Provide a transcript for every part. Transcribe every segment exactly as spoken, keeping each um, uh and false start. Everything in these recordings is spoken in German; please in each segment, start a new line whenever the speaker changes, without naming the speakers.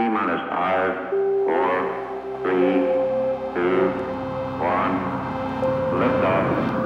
T-minus five, four, three, two, one, liftoff.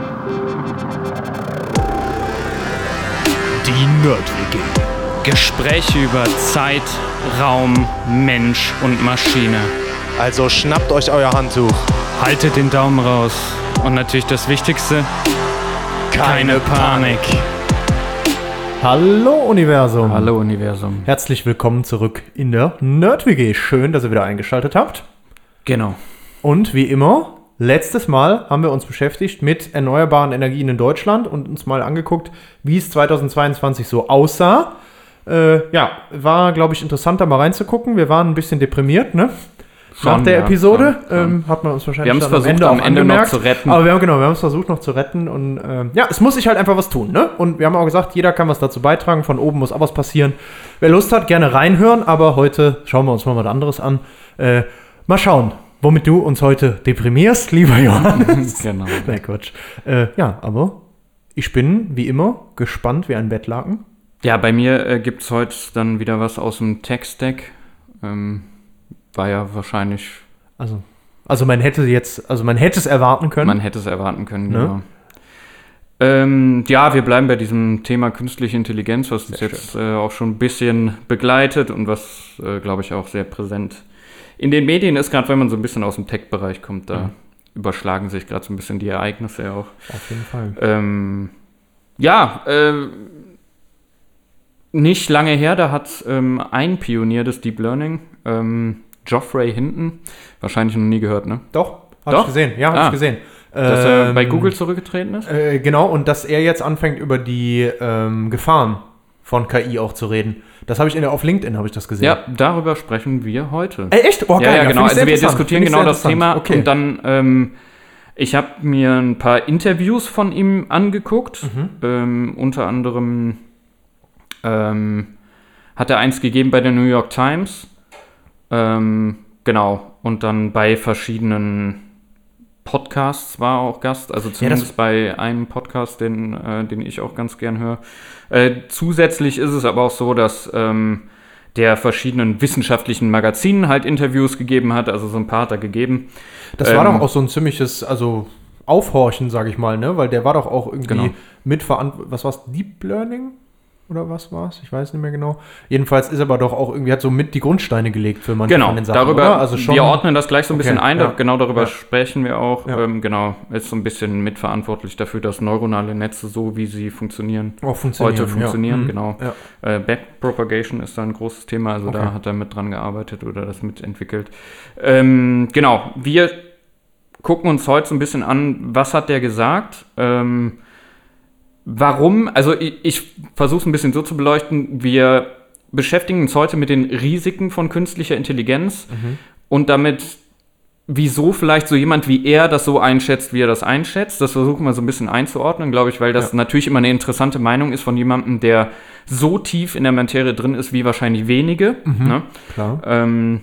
Die Nerd-W G. Gespräche über Zeit, Raum, Mensch und Maschine.
Also schnappt euch euer Handtuch.
Haltet den Daumen raus. Und natürlich das Wichtigste, keine, keine Panik. Panik.
Hallo Universum.
Hallo Universum.
Herzlich willkommen zurück in der Nerd-W G. Schön, dass ihr wieder eingeschaltet habt.
Genau.
Und wie immer, letztes Mal haben wir uns beschäftigt mit erneuerbaren Energien in Deutschland und uns mal angeguckt, wie es zweitausendzweiundzwanzig so aussah. Äh, ja, war, glaube ich, interessant, da mal reinzugucken. Wir waren ein bisschen deprimiert, ne?
Schon,
Nach der
ja,
Episode
schon, schon.
Ähm, hat man uns wahrscheinlich
wir
dann
versucht,
am Ende,
am Ende
noch
zu retten.
Aber wir haben, genau, wir haben es versucht noch zu retten. Und ähm, ja, es muss sich halt einfach was tun, ne? Und wir haben auch gesagt, jeder kann was dazu beitragen. Von oben muss auch was passieren. Wer Lust hat, gerne reinhören. Aber heute schauen wir uns mal was anderes an. Äh, mal schauen, womit du uns heute deprimierst, lieber Johannes.
Genau.
Nein, Quatsch. Äh, ja, aber ich bin, wie immer, gespannt wie ein Bettlaken.
Ja, bei mir äh, gibt es heute dann wieder was aus dem Tech-Stack. Ähm, war ja wahrscheinlich...
Also, also man hätte jetzt, also man hätte es erwarten können.
Man hätte es erwarten können,
ne?
Genau. Ähm, ja, wir bleiben bei diesem Thema künstliche Intelligenz, was uns
sehr
jetzt äh, auch schon ein bisschen begleitet und was, äh, glaube ich, auch sehr präsent in den Medien ist, gerade wenn man so ein bisschen aus dem Tech-Bereich kommt, da mhm. überschlagen sich gerade so ein bisschen die Ereignisse auch.
Auf jeden Fall.
Ähm, ja, äh, nicht lange her, da hat ähm, ein Pionier des Deep Learning, ähm, Geoffrey Hinton, wahrscheinlich noch nie gehört, ne?
Doch, hab
Doch?
ich gesehen. Ja, hab
ah,
ich gesehen.
Dass er
ähm,
bei Google zurückgetreten ist?
Äh, genau, und dass er jetzt anfängt, über die ähm, Gefahren von K I auch zu reden. Das habe ich in der, auf LinkedIn habe ich das gesehen.
Ja, darüber sprechen wir heute.
Ey, echt? Oh, geil.
Ja, ja, genau. Also wir diskutieren genau das Thema.
Okay.
Und dann, ähm, ich habe mir ein paar Interviews von ihm angeguckt.
Mhm.
Ähm, unter anderem ähm, hat er eins gegeben bei der New York Times. Ähm, genau. Und dann bei verschiedenen Podcasts war er auch Gast. Also zumindest ja, bei einem Podcast, den, äh, den ich auch ganz gern höre. Äh, zusätzlich ist es aber auch so, dass ähm, der verschiedenen wissenschaftlichen Magazinen halt Interviews gegeben hat. Also so ein paar hat er gegeben.
Das
ähm,
war doch auch so ein ziemliches, also Aufhorchen, sage ich mal, ne? Weil der war doch auch irgendwie
genau.
mitverantwortlich. Was war's? Deep Learning? Oder was war's? Ich weiß nicht mehr genau. Jedenfalls ist aber doch auch irgendwie, hat so mit die Grundsteine gelegt für manche
genau,
von den Sachen,
darüber,
oder? Also schon,
wir ordnen das gleich so ein bisschen
okay,
ein,
ja,
genau darüber
ja.
sprechen wir auch.
Ja.
Ähm, genau, ist so ein bisschen mitverantwortlich dafür, dass neuronale Netze so, wie sie funktionieren,
auch funktionieren
heute funktionieren.
Ja.
Genau.
Ja.
Äh, Backpropagation ist da ein großes Thema, also
okay.
da hat er mit dran gearbeitet oder das mitentwickelt. Ähm, genau, wir gucken uns heute so ein bisschen an, was hat der gesagt, ähm, warum, also ich, ich versuche es ein bisschen so zu beleuchten, wir beschäftigen uns heute mit den Risiken von künstlicher Intelligenz mhm. und damit, wieso vielleicht so jemand wie er das so einschätzt, wie er das einschätzt. Das versuchen wir so ein bisschen einzuordnen, glaube ich, weil das ja. natürlich immer eine interessante Meinung ist von jemandem, der so tief in der Materie drin ist, wie wahrscheinlich wenige.
Mhm.
Ne?
Klar.
Ähm,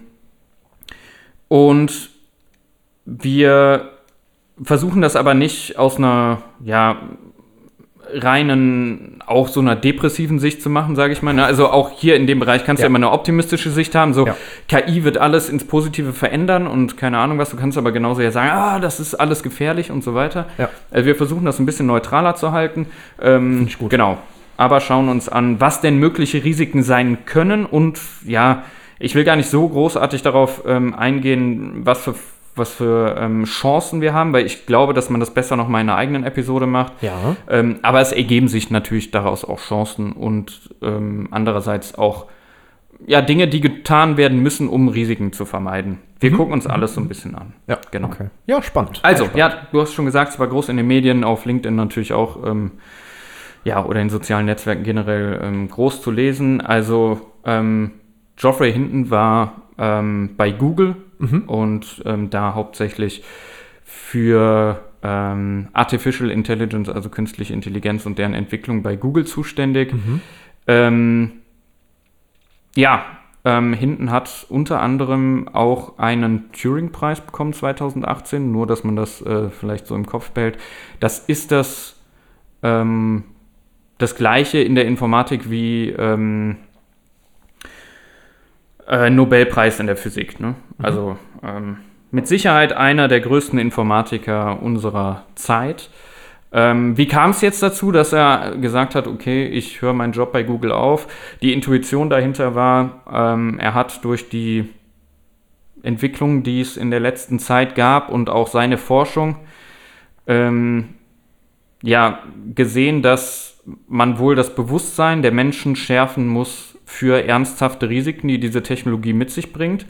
und wir versuchen das aber nicht aus einer, ja, reinen, auch so einer depressiven Sicht zu machen, sage ich mal. Also auch hier in dem Bereich kannst du ja. ja immer eine optimistische Sicht haben. So, ja. K I wird alles ins Positive verändern und keine Ahnung was. Du kannst aber genauso ja sagen, ah, das ist alles gefährlich und so weiter.
Ja.
Also wir versuchen das ein bisschen neutraler zu halten. Ähm,
Finde ich gut.
Genau. Aber schauen uns an, was denn mögliche Risiken sein können. Und ja, ich will gar nicht so großartig darauf ähm, eingehen, was für was für ähm, Chancen wir haben, weil ich glaube, dass man das besser noch mal in einer eigenen Episode macht.
Ja.
Ähm, aber es ergeben sich natürlich daraus auch Chancen und ähm, andererseits auch ja, Dinge, die getan werden müssen, um Risiken zu vermeiden. Wir mhm. gucken uns alles so ein bisschen an.
Ja,
genau.
Okay. Ja, spannend.
Also,
spannend.
ja, du hast schon gesagt, es war groß in den Medien, auf LinkedIn natürlich auch, ähm, ja, oder in sozialen Netzwerken generell ähm, groß zu lesen. Also, ähm, Geoffrey Hinton war ähm, bei Google mhm. und ähm, da hauptsächlich für ähm, Artificial Intelligence, also künstliche Intelligenz und deren Entwicklung bei Google zuständig. Mhm. Ähm, ja, ähm, Hinton hat unter anderem auch einen Turing-Preis bekommen zweitausendachtzehn, nur dass man das äh, vielleicht so im Kopf behält. Das ist das, ähm, das Gleiche in der Informatik wie äh, Nobelpreis in der Physik. Ne? Mhm. Also ähm, mit Sicherheit einer der größten Informatiker unserer Zeit. Ähm, wie kam es jetzt dazu, dass er gesagt hat, okay, ich höre meinen Job bei Google auf? Die Intuition dahinter war, ähm, er hat durch die Entwicklungen, die es in der letzten Zeit gab und auch seine Forschung, ähm, ja, gesehen, dass man wohl das Bewusstsein der Menschen schärfen muss für ernsthafte Risiken, die diese Technologie mit sich bringt.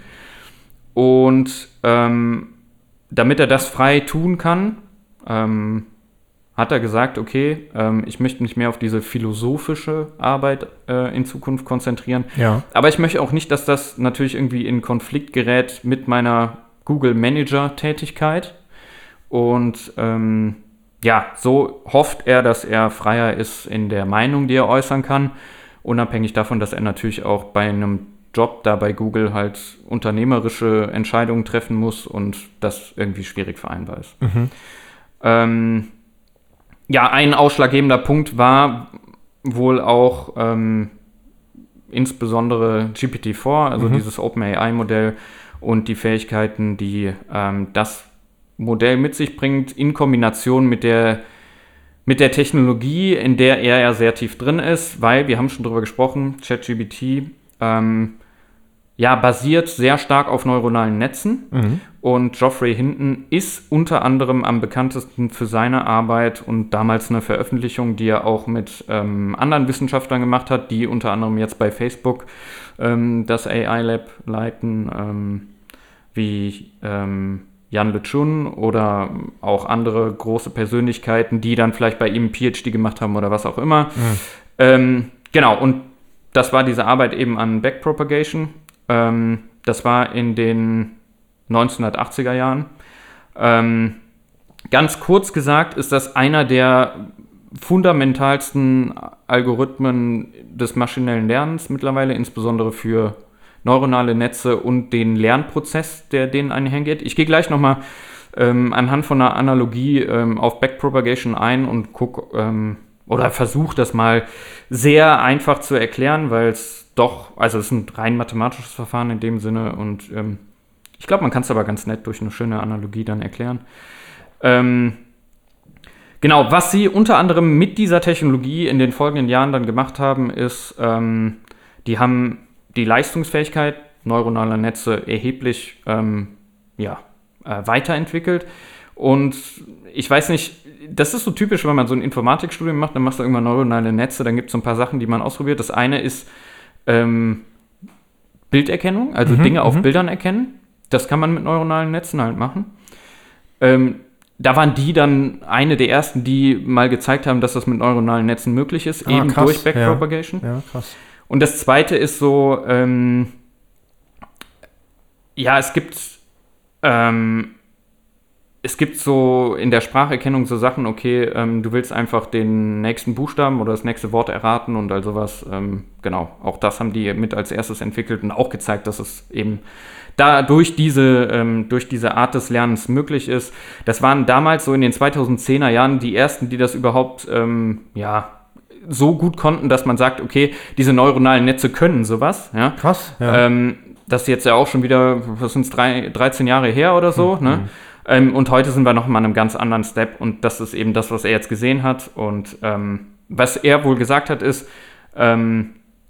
Und ähm, damit er das frei tun kann, ähm, hat er gesagt, okay, ähm, ich möchte mich mehr auf diese philosophische Arbeit äh, in Zukunft konzentrieren.
Ja.
Aber ich möchte auch nicht, dass das natürlich irgendwie in Konflikt gerät mit meiner Google-Manager-Tätigkeit. Und ähm, ja, so hofft er, dass er freier ist in der Meinung, die er äußern kann, unabhängig davon, dass er natürlich auch bei einem Job da bei Google halt unternehmerische Entscheidungen treffen muss und das irgendwie schwierig vereinbar ist.
Mhm.
Ähm, Ja, ein ausschlaggebender Punkt war wohl auch ähm, insbesondere G P T vier, also mhm. dieses OpenAI-Modell und die Fähigkeiten, die ähm, das Modell mit sich bringt, in Kombination mit der, mit der Technologie, in der er ja sehr tief drin ist, weil, wir haben schon drüber gesprochen, ChatGPT ähm, ja, basiert sehr stark auf neuronalen Netzen. Mhm. Und Geoffrey Hinton ist unter anderem am bekanntesten für seine Arbeit und damals eine Veröffentlichung, die er auch mit ähm, anderen Wissenschaftlern gemacht hat, die unter anderem jetzt bei Facebook ähm, das A I-Lab leiten, ähm, wie ähm, Jan LeCun oder auch andere große Persönlichkeiten, die dann vielleicht bei ihm ein P H D gemacht haben oder was auch immer. Mhm. Ähm, genau, und das war diese Arbeit eben an Backpropagation. Ähm, das war in den neunzehnhundertachtziger Jahren. Ähm, ganz kurz gesagt ist das einer der fundamentalsten Algorithmen des maschinellen Lernens mittlerweile, insbesondere für neuronale Netze und den Lernprozess, der denen einhergeht. Ich gehe gleich nochmal ähm, anhand von einer Analogie ähm, auf Backpropagation ein und gucke ähm, oder versuche das mal sehr einfach zu erklären, weil es doch, also es ist ein rein mathematisches Verfahren in dem Sinne und ähm, ich glaube, man kann es aber ganz nett durch eine schöne Analogie dann erklären. Ähm, genau, was sie unter anderem mit dieser Technologie in den folgenden Jahren dann gemacht haben, ist, ähm, die haben die Leistungsfähigkeit neuronaler Netze erheblich ähm, ja, äh, weiterentwickelt. Und ich weiß nicht, das ist so typisch, wenn man so ein Informatikstudium macht, dann machst du irgendwann neuronale Netze, dann gibt es so ein paar Sachen, die man ausprobiert. Das eine ist ähm, Bilderkennung, also
mhm,
Dinge auf
mhm.
Bildern erkennen. Das kann man mit neuronalen Netzen halt machen. Ähm, da waren die dann eine der ersten, die mal gezeigt haben, dass das mit neuronalen Netzen möglich ist, ah, eben krass. Durch Backpropagation.
Ja. Ja, krass.
Und das zweite ist so, ähm, ja, es gibt ähm, es gibt so in der Spracherkennung so Sachen, okay, ähm, du willst einfach den nächsten Buchstaben oder das nächste Wort erraten und all sowas. Ähm, genau, auch das haben die mit als erstes entwickelt und auch gezeigt, dass es eben da durch diese, ähm, durch diese Art des Lernens möglich ist. Das waren damals so in den zweitausendzehner Jahren die ersten, die das überhaupt, ähm, ja, so gut konnten, dass man sagt, okay, diese neuronalen Netze können sowas. Ja?
Krass, ja.
Ähm, das ist jetzt ja auch schon wieder, was sind es, dreizehn Jahre her oder so, mhm. ne? Ähm, und heute sind wir noch mal an einem ganz anderen Step und das ist eben das, was er jetzt gesehen hat. Und ähm, was er wohl gesagt hat, ist, ähm,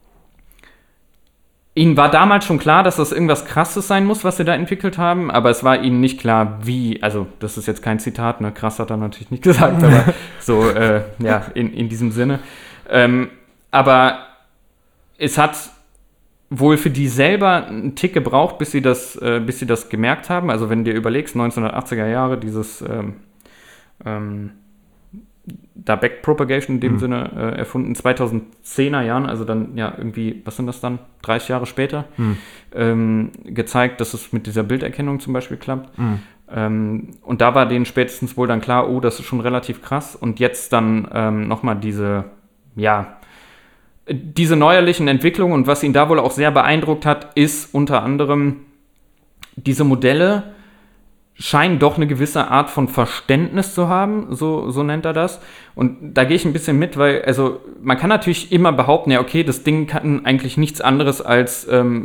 ihnen war damals schon klar, dass das irgendwas Krasses sein muss, was sie da entwickelt haben, aber es war ihnen nicht klar, wie, also das ist jetzt kein Zitat, ne, krass hat er natürlich nicht gesagt, aber so, äh, ja, in, in diesem Sinne. Ähm, aber es hat wohl für die selber einen Tick gebraucht, bis sie das, äh, bis sie das gemerkt haben. Also wenn du dir überlegst, neunzehnhundertachtziger Jahre, dieses ähm, ähm, da Backpropagation in dem mhm. Sinne äh, erfunden, zweitausendzehner Jahren, also dann ja irgendwie, was sind das dann, dreißig Jahre später, mhm. ähm, gezeigt, dass es mit dieser Bilderkennung zum Beispiel klappt. Mhm. Ähm, und da war denen spätestens wohl dann klar, oh, das ist schon relativ krass. Und jetzt dann ähm, nochmal diese, ja, diese neuerlichen Entwicklungen und was ihn da wohl auch sehr beeindruckt hat, ist unter anderem, diese Modelle scheinen doch eine gewisse Art von Verständnis zu haben, so, so nennt er das. Und da gehe ich ein bisschen mit, weil, also man kann natürlich immer behaupten, ja okay, das Ding kann eigentlich nichts anderes als, ähm, es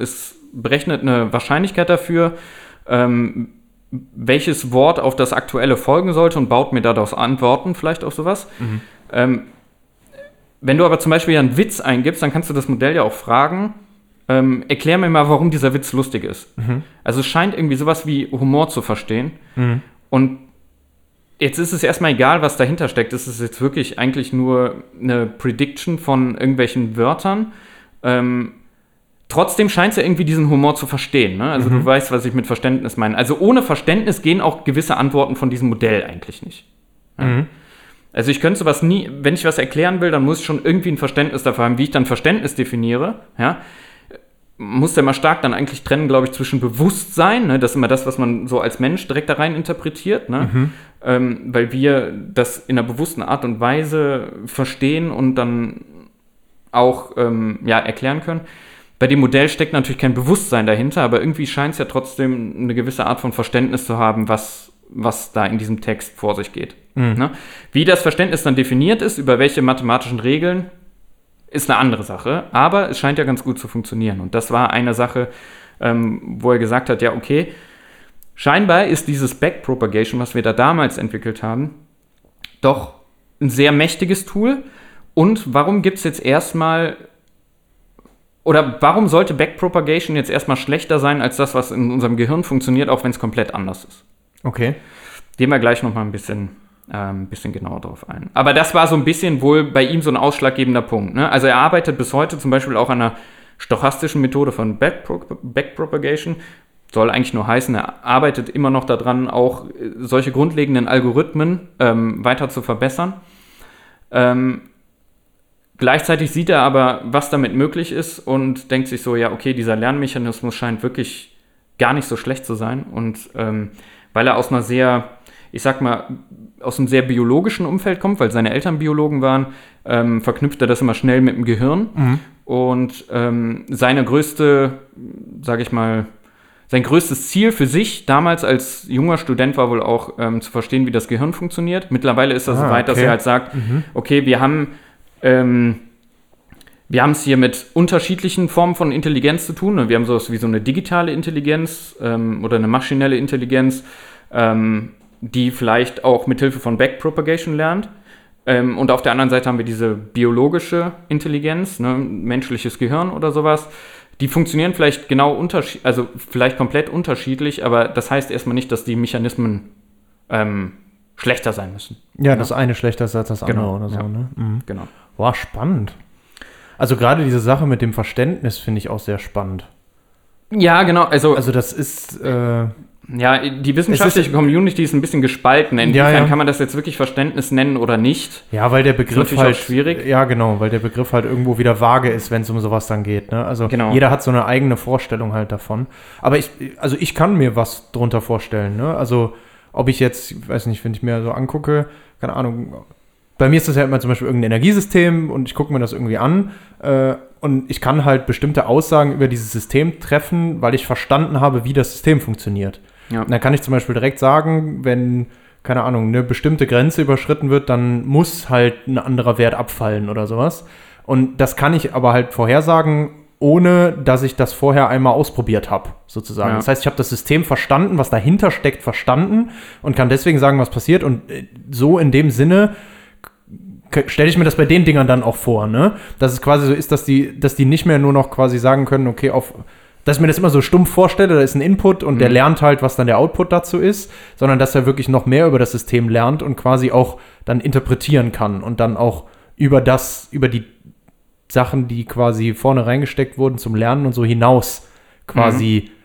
berechnet eine Wahrscheinlichkeit dafür, ähm, welches Wort auf das aktuelle folgen sollte und baut mir daraus Antworten vielleicht auf sowas. Mhm. Ähm, wenn du aber zum Beispiel einen Witz eingibst, dann kannst du das Modell ja auch fragen, ähm, erklär mir mal, warum dieser Witz lustig ist. Mhm. Also es scheint irgendwie sowas wie Humor zu verstehen. Mhm. Und jetzt ist es erstmal egal, was dahinter steckt. Es ist jetzt wirklich eigentlich nur eine Prediction von irgendwelchen Wörtern. Ähm, trotzdem scheint es ja irgendwie diesen Humor zu verstehen. Ne? Also mhm. du weißt, was ich mit Verständnis meine. Also ohne Verständnis gehen auch gewisse Antworten von diesem Modell eigentlich nicht. Ja? Mhm. Also ich könnte sowas nie, wenn ich was erklären will, dann muss ich schon irgendwie ein Verständnis dafür haben, wie ich dann Verständnis definiere. Ja? Muss ja mal stark dann eigentlich trennen, glaube ich, zwischen Bewusstsein, ne? Das ist immer das, was man so als Mensch direkt da rein interpretiert, ne? Mhm. Ähm, weil wir das in einer bewussten Art und Weise verstehen und dann auch ähm, ja, erklären können. Bei dem Modell steckt natürlich kein Bewusstsein dahinter, aber irgendwie scheint es ja trotzdem eine gewisse Art von Verständnis zu haben, was, was da in diesem Text vor sich geht. Mhm. Ne? Wie das Verständnis dann definiert ist, über welche mathematischen Regeln, ist eine andere Sache, aber es scheint ja ganz gut zu funktionieren. Und das war eine Sache, ähm, wo er gesagt hat, ja, okay, scheinbar ist dieses Backpropagation, was wir da damals entwickelt haben, doch ein sehr mächtiges Tool. Und warum gibt es jetzt erstmal, oder warum sollte Backpropagation jetzt erstmal schlechter sein als das, was in unserem Gehirn funktioniert, auch wenn es komplett anders ist?
Okay.
Gehen wir gleich nochmal ein bisschen ein bisschen genauer drauf ein. Aber das war so ein bisschen wohl bei ihm so ein ausschlaggebender Punkt. Ne? Also er arbeitet bis heute zum Beispiel auch an einer stochastischen Methode von Backpro- Backpropagation. Soll eigentlich nur heißen, er arbeitet immer noch daran, auch solche grundlegenden Algorithmen ähm, weiter zu verbessern. Ähm, gleichzeitig sieht er aber, was damit möglich ist und denkt sich so, ja, okay, dieser Lernmechanismus scheint wirklich gar nicht so schlecht zu sein. Und ähm, weil er aus einer sehr, ich sag mal, aus einem sehr biologischen Umfeld kommt, weil seine Eltern Biologen waren, ähm, verknüpft er das immer schnell mit dem Gehirn. Mhm. Und ähm, seine größte, sage ich mal, sein größtes Ziel für sich damals als junger Student war wohl auch ähm, zu verstehen, wie das Gehirn funktioniert. Mittlerweile ist das ah, so weit, okay. dass er halt sagt, mhm. okay, wir haben ähm, wir haben es hier mit unterschiedlichen Formen von Intelligenz zu tun. Wir haben sowas wie so eine digitale Intelligenz ähm, oder eine maschinelle Intelligenz, ähm, die vielleicht auch mithilfe von Backpropagation lernt. Ähm, und auf der anderen Seite haben wir diese biologische Intelligenz, ne, menschliches Gehirn oder sowas. Die funktionieren vielleicht genau unterschiedlich, also vielleicht komplett unterschiedlich, aber das heißt erstmal nicht, dass die Mechanismen ähm, schlechter sein müssen.
Ja, das ja. eine schlechter ist als das andere
genau,
oder so.
Ja.
Ne? Mhm.
Genau.
Boah, spannend. Also gerade diese Sache mit dem Verständnis finde ich auch sehr spannend.
Ja, genau. Also,
also das ist... Äh
Ja, die wissenschaftliche ist, Community ist ein bisschen gespalten. Inwiefern
ja, ja.
kann man das jetzt wirklich Verständnis nennen oder nicht?
Ja, weil der Begriff halt
schwierig.
Ja, genau, weil der Begriff halt irgendwo wieder vage ist, wenn es um sowas dann geht. Ne? Also genau. Jeder hat so eine eigene Vorstellung halt davon. Aber ich, also ich kann mir was drunter vorstellen. Ne? Also ob ich jetzt, ich weiß nicht, wenn ich mir so angucke, keine Ahnung. Bei mir ist das ja immer zum Beispiel irgendein Energiesystem und ich gucke mir das irgendwie an. Äh, und ich kann halt bestimmte Aussagen über dieses System treffen, weil ich verstanden habe, wie das System funktioniert. Ja. Und dann kann ich zum Beispiel direkt sagen, wenn, keine Ahnung, eine bestimmte Grenze überschritten wird, dann muss halt ein anderer Wert abfallen oder sowas. Und das kann ich aber halt vorhersagen, ohne dass ich das vorher einmal ausprobiert habe, sozusagen. Ja. Das heißt, ich habe das System verstanden, was dahinter steckt, verstanden und kann deswegen sagen, was passiert. Und so in dem Sinne stelle ich mir das bei den Dingern dann auch vor, ne? Dass es quasi so ist, dass die, dass die nicht mehr nur noch quasi sagen können, okay, auf... dass ich mir das immer so stumpf vorstelle, da ist ein Input und mhm. der lernt halt, was dann der Output dazu ist, sondern dass er wirklich noch mehr über das System lernt und quasi auch dann interpretieren kann und dann auch über das, über die Sachen, die quasi vorne reingesteckt wurden zum Lernen und so hinaus quasi mhm.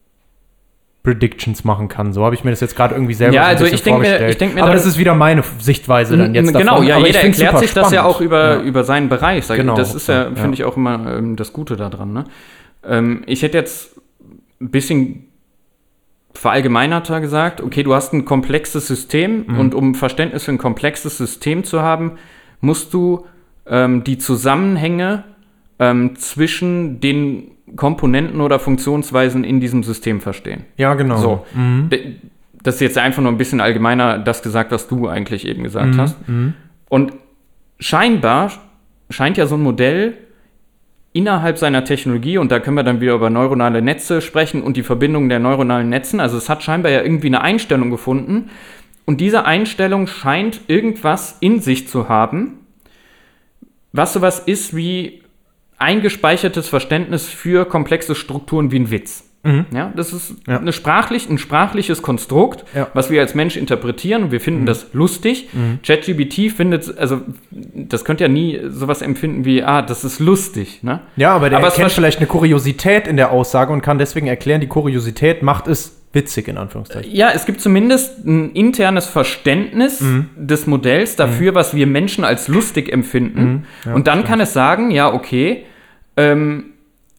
Predictions machen kann. So habe ich mir das jetzt gerade irgendwie selber
ja,
so ein
also
bisschen
ich denk
vorgestellt.
Mir, ich denk mir
aber das ist wieder meine Sichtweise dann jetzt
Genau,
davon.
ja,
aber
jeder erklärt sich das ja auch über,
ja.
über seinen Bereich.
Genau,
das ist ja,
ja.
finde ich, auch immer ähm, das Gute daran. Ne? Ähm, ich hätte jetzt ein bisschen verallgemeinerter gesagt, okay, du hast ein komplexes System mhm. und um Verständnis für ein komplexes System zu haben, musst du ähm, die Zusammenhänge ähm, zwischen den Komponenten oder Funktionsweisen in diesem System verstehen.
Ja, genau.
So. Mhm. Das ist jetzt einfach nur ein bisschen allgemeiner das gesagt, was du eigentlich eben gesagt
mhm.
hast.
Mhm.
Und scheinbar scheint ja so ein Modell innerhalb seiner Technologie, und da können wir dann wieder über neuronale Netze sprechen und die Verbindung der neuronalen Netzen, also es hat scheinbar ja irgendwie eine Einstellung gefunden, und diese Einstellung scheint irgendwas in sich zu haben, was sowas ist wie eingespeichertes Verständnis für komplexe Strukturen wie ein Witz. Mhm. Ja, das ist ja. Eine sprachlich, ein sprachliches Konstrukt, ja. was wir als Mensch interpretieren, und wir finden mhm. das lustig. Mhm. ChatGPT findet, also das könnte ja nie sowas empfinden wie, ah, das ist lustig. Ne?
Ja, aber der aber erkennt vielleicht eine Kuriosität in der Aussage und kann deswegen erklären, die Kuriosität macht es witzig, in Anführungszeichen.
Ja, es gibt zumindest ein internes Verständnis mhm. des Modells dafür, mhm. was wir Menschen als lustig empfinden. Mhm. Ja, und dann stimmt. kann es sagen, ja, okay, ähm,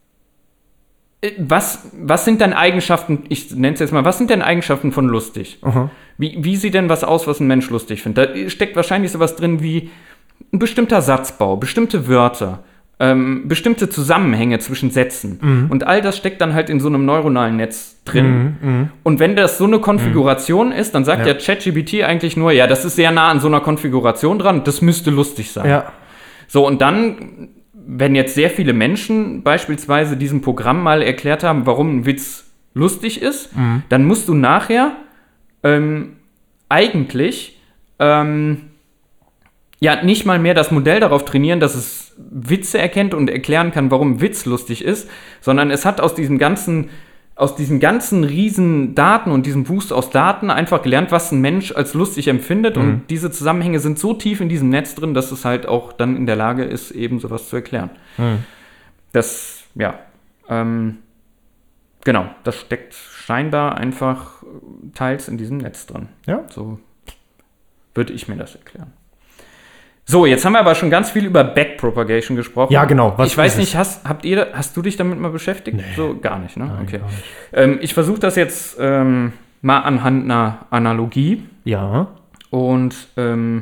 Was, was sind denn Eigenschaften, ich nenne es jetzt mal, was sind denn Eigenschaften von lustig? Uh-huh. Wie, wie sieht denn was aus, was ein Mensch lustig findet? Da steckt wahrscheinlich sowas drin wie ein bestimmter Satzbau, bestimmte Wörter, ähm, bestimmte Zusammenhänge zwischen Sätzen. Mhm. Und all das steckt dann halt in so einem neuronalen Netz drin. Mhm. Und wenn das so eine Konfiguration mhm. ist, dann sagt ja ChatGPT eigentlich nur, ja, das ist sehr nah an so einer Konfiguration dran, das müsste lustig sein. Ja. So, und dann, wenn jetzt sehr viele Menschen beispielsweise diesem Programm mal erklärt haben, warum ein Witz lustig ist, mhm. dann musst du nachher ähm, eigentlich ähm, ja nicht mal mehr das Modell darauf trainieren, dass es Witze erkennt und erklären kann, warum ein Witz lustig ist, sondern es hat aus diesem ganzen aus diesen ganzen riesen Daten und diesem Boost aus Daten einfach gelernt, was ein Mensch als lustig empfindet. Mhm. Und diese Zusammenhänge sind so tief in diesem Netz drin, dass es halt auch dann in der Lage ist, eben sowas zu erklären. Mhm. Das, ja, ähm, genau, das steckt scheinbar einfach teils in diesem Netz drin. Ja. So würde ich mir das erklären. So, jetzt haben wir aber schon ganz viel über Backpropagation gesprochen.
Ja, genau.
Was ich weiß nicht, hast, habt ihr, hast du dich damit mal beschäftigt?
Nee.
So, gar nicht, ne?
Nein,
okay.
Gar nicht.
Ähm, ich versuche das jetzt ähm, mal anhand einer Analogie.
Ja.
Und ähm,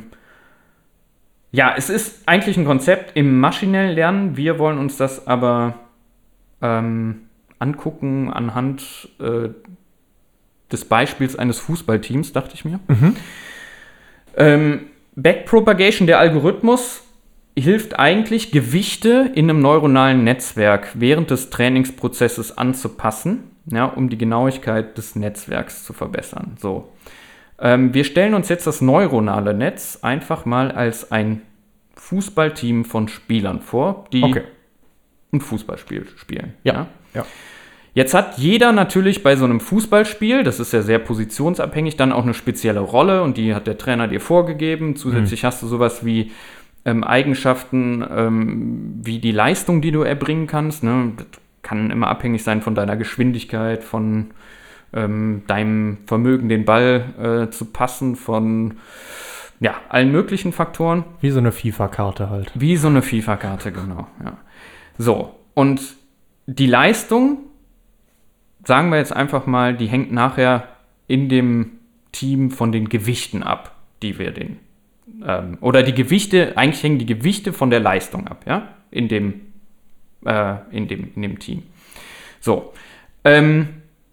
ja, es ist eigentlich ein Konzept im maschinellen Lernen. Wir wollen uns das aber ähm, angucken anhand äh, des Beispiels eines Fußballteams, dachte ich mir. Mhm. Ähm, Backpropagation, der Algorithmus, hilft eigentlich, Gewichte in einem neuronalen Netzwerk während des Trainingsprozesses anzupassen, ja, um die Genauigkeit des Netzwerks zu verbessern. So. Ähm, wir stellen uns jetzt das neuronale Netz einfach mal als ein Fußballteam von Spielern vor, die
okay.
ein Fußballspiel spielen.
Ja.
Ja?
Ja.
Jetzt hat jeder natürlich bei so einem Fußballspiel, das ist ja sehr positionsabhängig, dann auch eine spezielle Rolle, und die hat der Trainer dir vorgegeben. Zusätzlich mhm. hast du sowas wie ähm, Eigenschaften, ähm, wie die Leistung, die du erbringen kannst. Ne? Das kann immer abhängig sein von deiner Geschwindigkeit, von ähm, deinem Vermögen, den Ball äh, zu passen, von ja, allen möglichen Faktoren.
Wie so eine FIFA-Karte halt.
Wie so eine FIFA-Karte, genau. Ja. So, und die Leistung, sagen wir jetzt einfach mal, die hängt nachher in dem Team von den Gewichten ab, die wir den, ähm, oder die Gewichte, eigentlich hängen die Gewichte von der Leistung ab, ja, in dem, äh, in dem, in dem Team. So, ähm,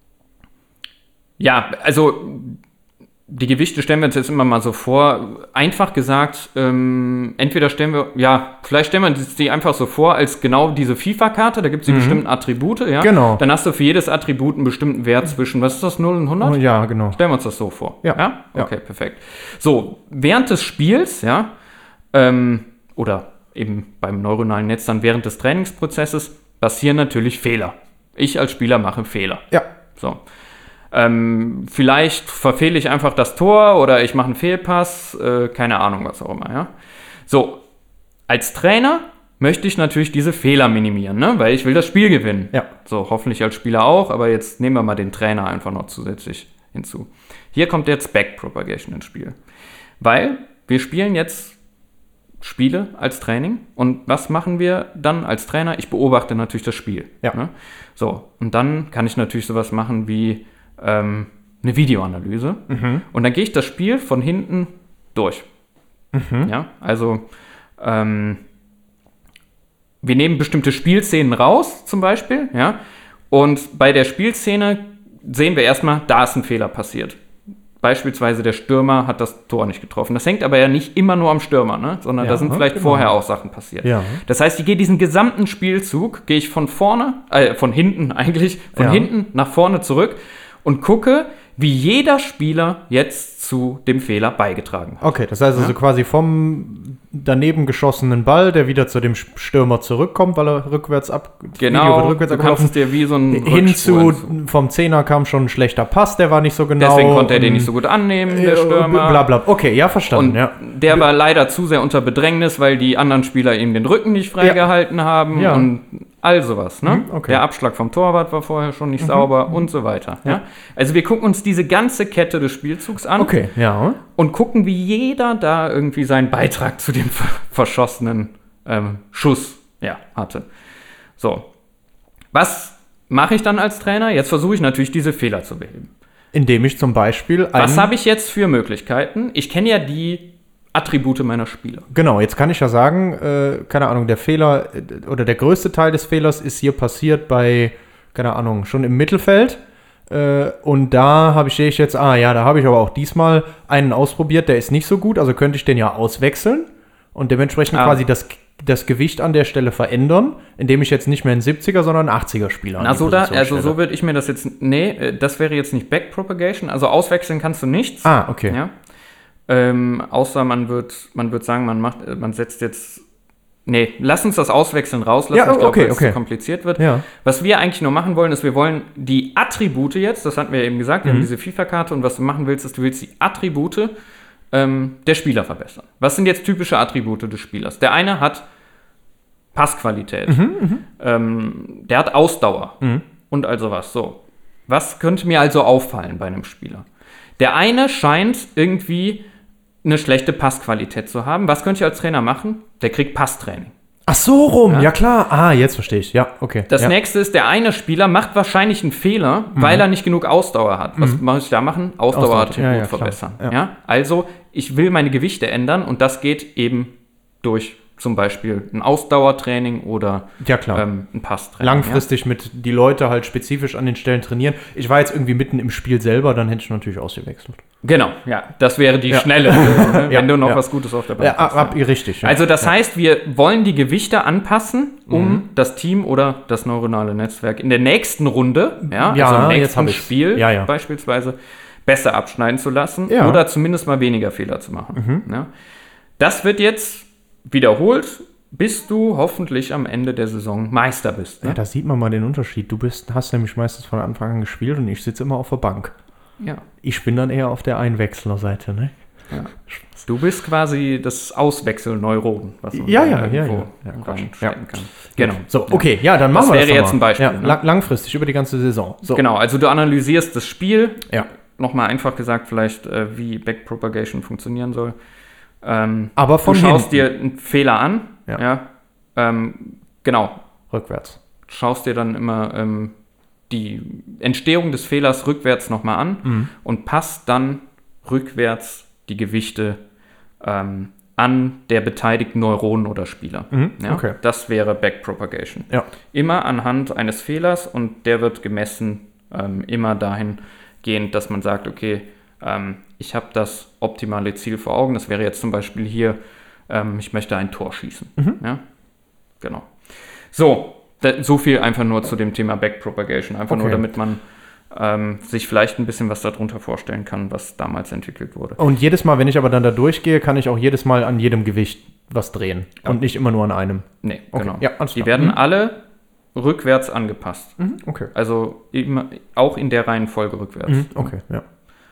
ja, also die Gewichte stellen wir uns jetzt immer mal so vor. Einfach gesagt, ähm, entweder stellen wir, ja, vielleicht stellen wir uns die einfach so vor als genau diese FIFA-Karte. Da gibt es die mhm. bestimmten Attribute, ja.
Genau.
Dann hast du für jedes Attribut einen bestimmten Wert zwischen, was ist das, null und hundert?
Oh, ja, genau.
Stellen wir uns das so vor.
Ja.
Ja? Okay,
ja.
perfekt. So, während des Spiels, ja, ähm, oder eben beim neuronalen Netz dann während des Trainingsprozesses, passieren natürlich Fehler. Ich als Spieler mache Fehler.
Ja.
So. Ähm, vielleicht verfehle ich einfach das Tor oder ich mache einen Fehlpass, äh, keine Ahnung, was auch immer, ja. So, als Trainer möchte ich natürlich diese Fehler minimieren, ne? Weil ich will das Spiel gewinnen.
Ja.
So, hoffentlich als Spieler auch, aber jetzt nehmen wir mal den Trainer einfach noch zusätzlich hinzu. Hier kommt jetzt Backpropagation ins Spiel. Weil wir spielen jetzt Spiele als Training, und was machen wir dann als Trainer? Ich beobachte natürlich das Spiel.
Ja.
Ne? So, und dann kann ich natürlich sowas machen wie eine Videoanalyse. Mhm. Und dann gehe ich das Spiel von hinten durch. Mhm. Ja, also ähm, wir nehmen bestimmte Spielszenen raus, zum Beispiel, ja, und bei der Spielszene sehen wir erstmal, da ist ein Fehler passiert. beispielsweise der Stürmer hat das Tor nicht getroffen. Das hängt aber ja nicht immer nur am Stürmer, ne? Sondern
Ja,
da sind vielleicht
genau.
vorher auch Sachen passiert.
Ja.
Das heißt, ich gehe diesen gesamten Spielzug, gehe ich von vorne, äh, von hinten eigentlich, von
Ja.
hinten nach vorne zurück und gucke, wie jeder Spieler jetzt zu dem Fehler beigetragen hat.
Okay, das heißt also
Ja.
quasi vom daneben geschossenen Ball, der wieder zu dem Stürmer zurückkommt, weil er rückwärts ab das Video
Genau,
wird rückwärts
du kannst
abgelaufen.
es dir wie so ein
Hin zu,
Rückspur-
vom Zehner kam schon ein schlechter Pass, der war nicht so genau.
Deswegen konnte er den
und-
nicht so gut annehmen, der
äh,
Stürmer.
Bla bla. Okay, ja, verstanden,
Und
ja.
der war leider zu sehr unter Bedrängnis, weil die anderen Spieler ihm den Rücken nicht freigehalten haben
Ja.
und all sowas. Ne?
Mhm, okay.
Der Abschlag vom Torwart war vorher schon nicht sauber und so weiter. Ja.
Ja.
Also wir gucken uns diese ganze Kette des Spielzugs an
Okay, ja.
und gucken, wie jeder da irgendwie seinen Beitrag zu dem ver- verschossenen ähm, Schuss ja, hatte. So, was mache ich dann als Trainer? Jetzt versuche ich natürlich, diese Fehler zu beheben.
Indem ich zum Beispiel
Was
einen-
habe ich jetzt für Möglichkeiten? Ich kenne ja die Attribute meiner Spieler.
Genau, jetzt kann ich ja sagen, äh, keine Ahnung, der Fehler äh, oder der größte Teil des Fehlers ist hier passiert bei, keine Ahnung, schon im Mittelfeld. Äh, und da habe ich, sehe ich jetzt, ah ja, da habe ich aber auch diesmal einen ausprobiert, der ist nicht so gut, also könnte ich den ja auswechseln und dementsprechend
Ah.
quasi das, das Gewicht an der Stelle verändern, indem ich jetzt nicht mehr einen siebziger, sondern einen achtziger Spieler an die
Also, da,
Position
also
stelle.
so würde ich mir das jetzt. Nee, äh, das wäre jetzt nicht Backpropagation. Also auswechseln kannst du nichts.
Ah, okay.
Ja. Ähm, außer man wird, man wird sagen, man macht, äh, man setzt jetzt. Nee, lass uns das Auswechseln rauslassen.
Ja,
ich glaube,
okay,
weil es
okay.
zu kompliziert wird.
Ja.
Was wir eigentlich nur machen wollen, ist, wir wollen die Attribute jetzt, das hatten wir eben gesagt, wir
Mhm.
haben diese FIFA-Karte und was du machen willst, ist, du willst die Attribute ähm, der Spieler verbessern. Was sind jetzt typische Attribute des Spielers? Der eine hat Passqualität, ähm, der hat Ausdauer und also was. So, was könnte mir also auffallen bei einem Spieler? Der eine scheint irgendwie eine schlechte Passqualität zu haben. Was könnte ich als Trainer machen? Der kriegt Passtraining.
Ach so rum,
Ja.
ja, klar. Ah, jetzt verstehe ich. Ja, okay.
Das
ja.
nächste ist, der eine Spieler macht wahrscheinlich einen Fehler, weil er nicht genug Ausdauer hat. Was muss ich da machen? Ausdauerattribut
Ausdauer, ja, ja,
verbessern.
klar.
Ja.
Ja.
Also, ich will meine Gewichte ändern und das geht eben durch zum Beispiel ein Ausdauertraining oder
Ja, klar.
ähm, ein Passtraining.
Langfristig mit die Leute halt spezifisch an den Stellen trainieren. Ich war jetzt irgendwie mitten im Spiel selber, dann hätte ich natürlich ausgewechselt.
Ja. Genau, ja. Das wäre die
Ja.
schnelle, Lösung, ne?
Ja,
wenn du noch
ja.
was Gutes auf der Bank
Ja,
hast.
ab, ab, richtig. Ja.
Also das heißt, wir wollen die Gewichte anpassen, um
Mhm.
das Team oder das neuronale Netzwerk in der nächsten Runde, ja,
Ja,
also im
jetzt
nächsten
hab ich's.
Spiel
Ja, ja.
beispielsweise, besser abschneiden zu lassen
Ja. Mhm.
oder zumindest mal weniger Fehler zu machen. Ja. Das wird jetzt wiederholt, bis du hoffentlich am Ende der Saison Meister bist.
ja,
Ne?
da sieht man mal den Unterschied. Du bist, hast nämlich meistens von Anfang an gespielt und ich sitze immer auf der Bank.
Ja.
Ich bin dann eher auf der Einwechslerseite, ne?
Ja. Du bist quasi das Auswechselneuron, was man
Ja,
da
ja, ja,
irgendwo
ja. Ja, Quatsch.
reinstecken
Ja.
kann. Genau.
So, okay, ja, dann machen
Das
wir
wäre
das doch
jetzt
mal.
ein Beispiel,
Ja,
ne?
lang, langfristig, über die ganze Saison. So.
Genau, also du analysierst das Spiel,
Ja.
nochmal einfach gesagt, vielleicht, äh, wie Backpropagation funktionieren soll. Ähm,
Aber von
du schaust
hinten.
dir einen Fehler an,
Ja.
ja. Ähm, genau,
Rückwärts.
schaust dir dann immer ähm, die Entstehung des Fehlers rückwärts nochmal an
Mhm.
und passt dann rückwärts die Gewichte ähm, an der beteiligten Neuronen oder Spieler.
Mhm,
Ja?
okay.
Das wäre Backpropagation.
Ja.
Immer anhand eines Fehlers und der wird gemessen ähm, immer dahingehend, dass man sagt, okay, ähm, ich habe das optimale Ziel vor Augen. Das wäre jetzt zum Beispiel hier, ähm, ich möchte ein Tor schießen.
Mhm.
Ja? Genau. So, da, so viel einfach nur zu dem Thema Backpropagation. Einfach nur,
Okay.
damit man ähm, sich vielleicht ein bisschen was darunter vorstellen kann, was damals entwickelt wurde.
Und jedes Mal, wenn ich aber dann da durchgehe, kann ich auch jedes Mal an jedem Gewicht was drehen. Und nicht immer nur an einem.
Nee,
Okay.
genau.
Ja, alles
Die
klar.
werden
Mhm.
alle rückwärts angepasst.
Mhm, okay.
Also immer, auch in der Reihenfolge rückwärts.
Mhm, okay, ja.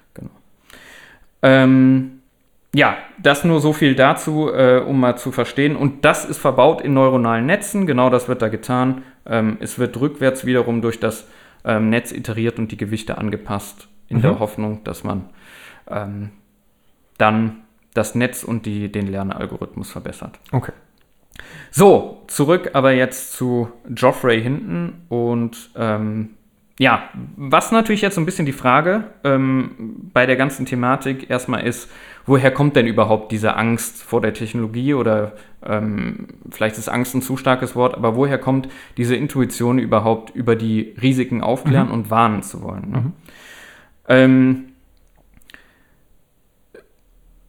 Ähm, ja, das nur so viel dazu, äh, um mal zu verstehen. Und das ist verbaut in neuronalen Netzen. Genau das wird da getan. Ähm, es wird rückwärts wiederum durch das ähm, Netz iteriert und die Gewichte angepasst, in
Mhm.
der Hoffnung, dass man ähm, dann das Netz und die, den Lernalgorithmus verbessert.
Okay.
So, zurück aber jetzt zu Geoffrey hinten und ähm, ja, was natürlich jetzt so ein bisschen die Frage ähm, bei der ganzen Thematik erstmal ist, woher kommt denn überhaupt diese Angst vor der Technologie oder ähm, vielleicht ist Angst ein zu starkes Wort, aber woher kommt diese Intuition überhaupt, über die Risiken aufklären
Mhm.
und warnen zu wollen? Ne?
Mhm.
Ähm,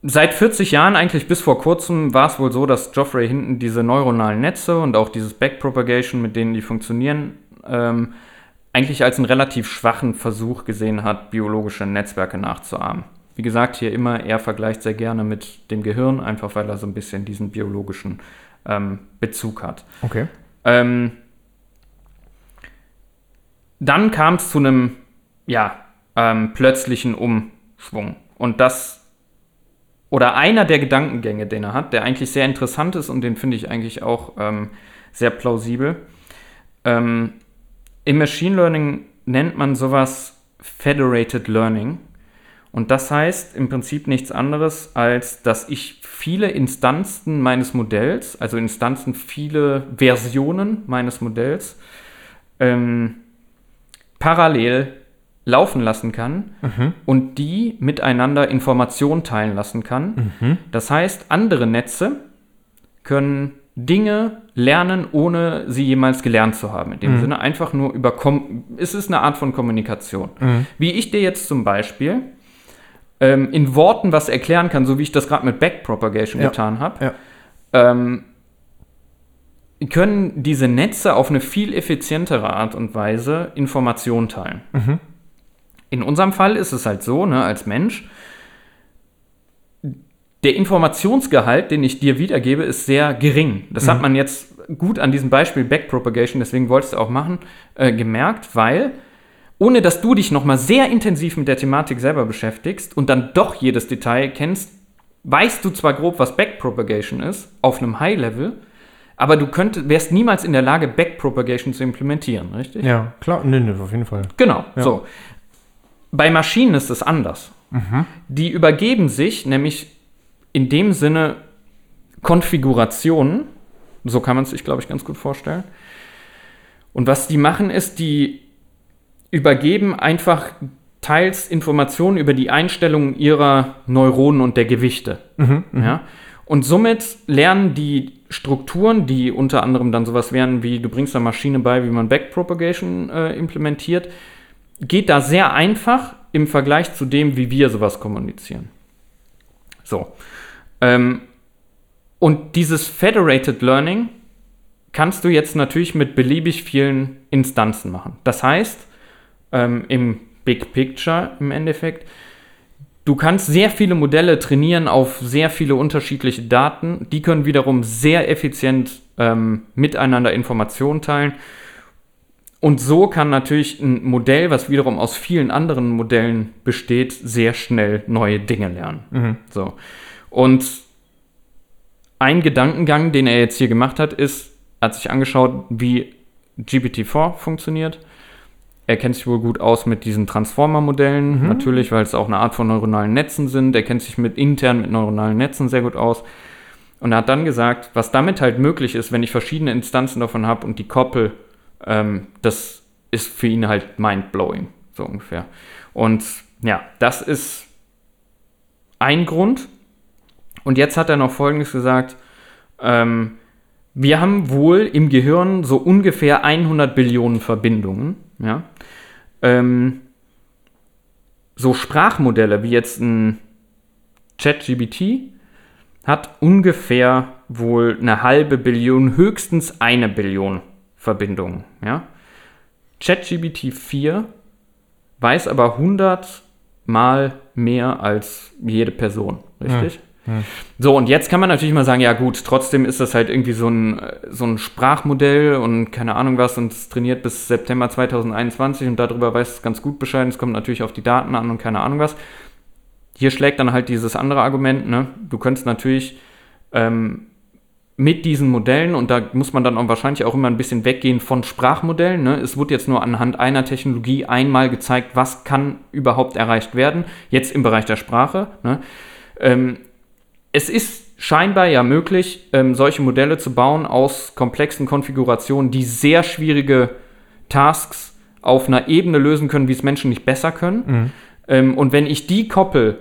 seit vierzig Jahren, eigentlich bis vor kurzem, war es wohl so, dass Geoffrey Hinton diese neuronalen Netze und auch dieses Backpropagation, mit denen die funktionieren, ähm, eigentlich als einen relativ schwachen Versuch gesehen hat, biologische Netzwerke nachzuahmen. Wie gesagt, hier immer, er vergleicht sehr gerne mit dem Gehirn, einfach weil er so ein bisschen diesen biologischen ähm, Bezug hat.
Okay.
Ähm, dann kam es zu einem, ja, ähm, plötzlichen Umschwung. Und das Oder einer der Gedankengänge, den er hat, der eigentlich sehr interessant ist und den finde ich eigentlich auch ähm, sehr plausibel. Ähm, Im Machine Learning nennt man sowas Federated Learning. Und das heißt im Prinzip nichts anderes, als dass ich viele Instanzen meines Modells, also Instanzen, viele Versionen meines Modells, ähm, parallel laufen lassen kann mhm. und die miteinander Informationen teilen lassen kann. Mhm. Das heißt, andere Netze können Dinge lernen, ohne sie jemals gelernt zu haben. In dem mhm. Sinne einfach nur über... Kom- es ist eine Art von Kommunikation. Mhm. Wie ich dir jetzt zum Beispiel ähm, in Worten was erklären kann, so wie ich das gerade mit Backpropagation ja. getan habe, ja. ähm, können diese Netze auf eine viel effizientere Art und Weise Informationen teilen. Mhm. In unserem Fall ist es halt so, ne, als Mensch, der Informationsgehalt, den ich dir wiedergebe, ist sehr gering. Das mhm. hat man jetzt gut an diesem Beispiel Backpropagation, deswegen wolltest du auch machen, äh, gemerkt, weil ohne dass du dich nochmal sehr intensiv mit der Thematik selber beschäftigst und dann doch jedes Detail kennst, weißt du zwar grob, was Backpropagation ist, auf einem High-Level, aber du könnt, wärst niemals in der Lage, Backpropagation zu implementieren, richtig?
Ja, klar, nee, nee, auf jeden Fall.
Genau,
ja.
so. Bei Maschinen ist es anders. Mhm. Die übergeben sich nämlich in dem Sinne Konfigurationen, so kann man es sich, glaube ich, ganz gut vorstellen. Und was die machen, ist, die übergeben einfach teils Informationen über die Einstellungen ihrer Neuronen und der Gewichte. Mhm, ja? Und somit lernen die Strukturen, die unter anderem dann sowas wären wie, du bringst der Maschine bei, wie man Backpropagation äh, implementiert, geht da sehr einfach im Vergleich zu dem, wie wir sowas kommunizieren. So. Ähm, und dieses Federated Learning kannst du jetzt natürlich mit beliebig vielen Instanzen machen. Das heißt, ähm, im Big Picture im Endeffekt, du kannst sehr viele Modelle trainieren auf sehr viele unterschiedliche Daten. Die können wiederum sehr effizient ähm, miteinander Informationen teilen. Und so kann natürlich ein Modell, was wiederum aus vielen anderen Modellen besteht, sehr schnell neue Dinge lernen. Mhm. So. Und ein Gedankengang, den er jetzt hier gemacht hat, ist, er hat sich angeschaut, wie G P T vier funktioniert. Er kennt sich wohl gut aus mit diesen Transformer-Modellen, mhm. natürlich, weil es auch eine Art von neuronalen Netzen sind. Er kennt sich mit intern mit neuronalen Netzen sehr gut aus. Und er hat dann gesagt, was damit halt möglich ist, wenn ich verschiedene Instanzen davon habe und die koppel, ähm, das ist für ihn halt mindblowing, so ungefähr. Und ja, das ist ein Grund. Und jetzt hat er noch Folgendes gesagt, ähm, wir haben wohl im Gehirn so ungefähr hundert Billionen Verbindungen, ja. Ähm, so Sprachmodelle wie jetzt ein ChatGPT hat ungefähr wohl eine halbe Billion, höchstens eine Billion Verbindungen, ja. ChatGPT vier weiß aber hundert Mal mehr als jede Person, richtig? Ja. Hm. So, und jetzt kann man natürlich mal sagen, ja gut, trotzdem ist das halt irgendwie so ein, so ein Sprachmodell und keine Ahnung was und es trainiert bis September zwanzig einundzwanzig und darüber weiß es ganz gut Bescheid. Es kommt natürlich auf die Daten an und keine Ahnung was. Hier schlägt dann halt dieses andere Argument, ne? Du könntest natürlich ähm, mit diesen Modellen, und da muss man dann auch wahrscheinlich auch immer ein bisschen weggehen von Sprachmodellen, ne? Es wurde jetzt nur anhand einer Technologie einmal gezeigt, was kann überhaupt erreicht werden, jetzt im Bereich der Sprache, ne? Ähm, Es ist scheinbar ja möglich, ähm, solche Modelle zu bauen aus komplexen Konfigurationen, die sehr schwierige Tasks auf einer Ebene lösen können, wie es Menschen nicht besser können. Mhm. Ähm, und wenn ich die koppel,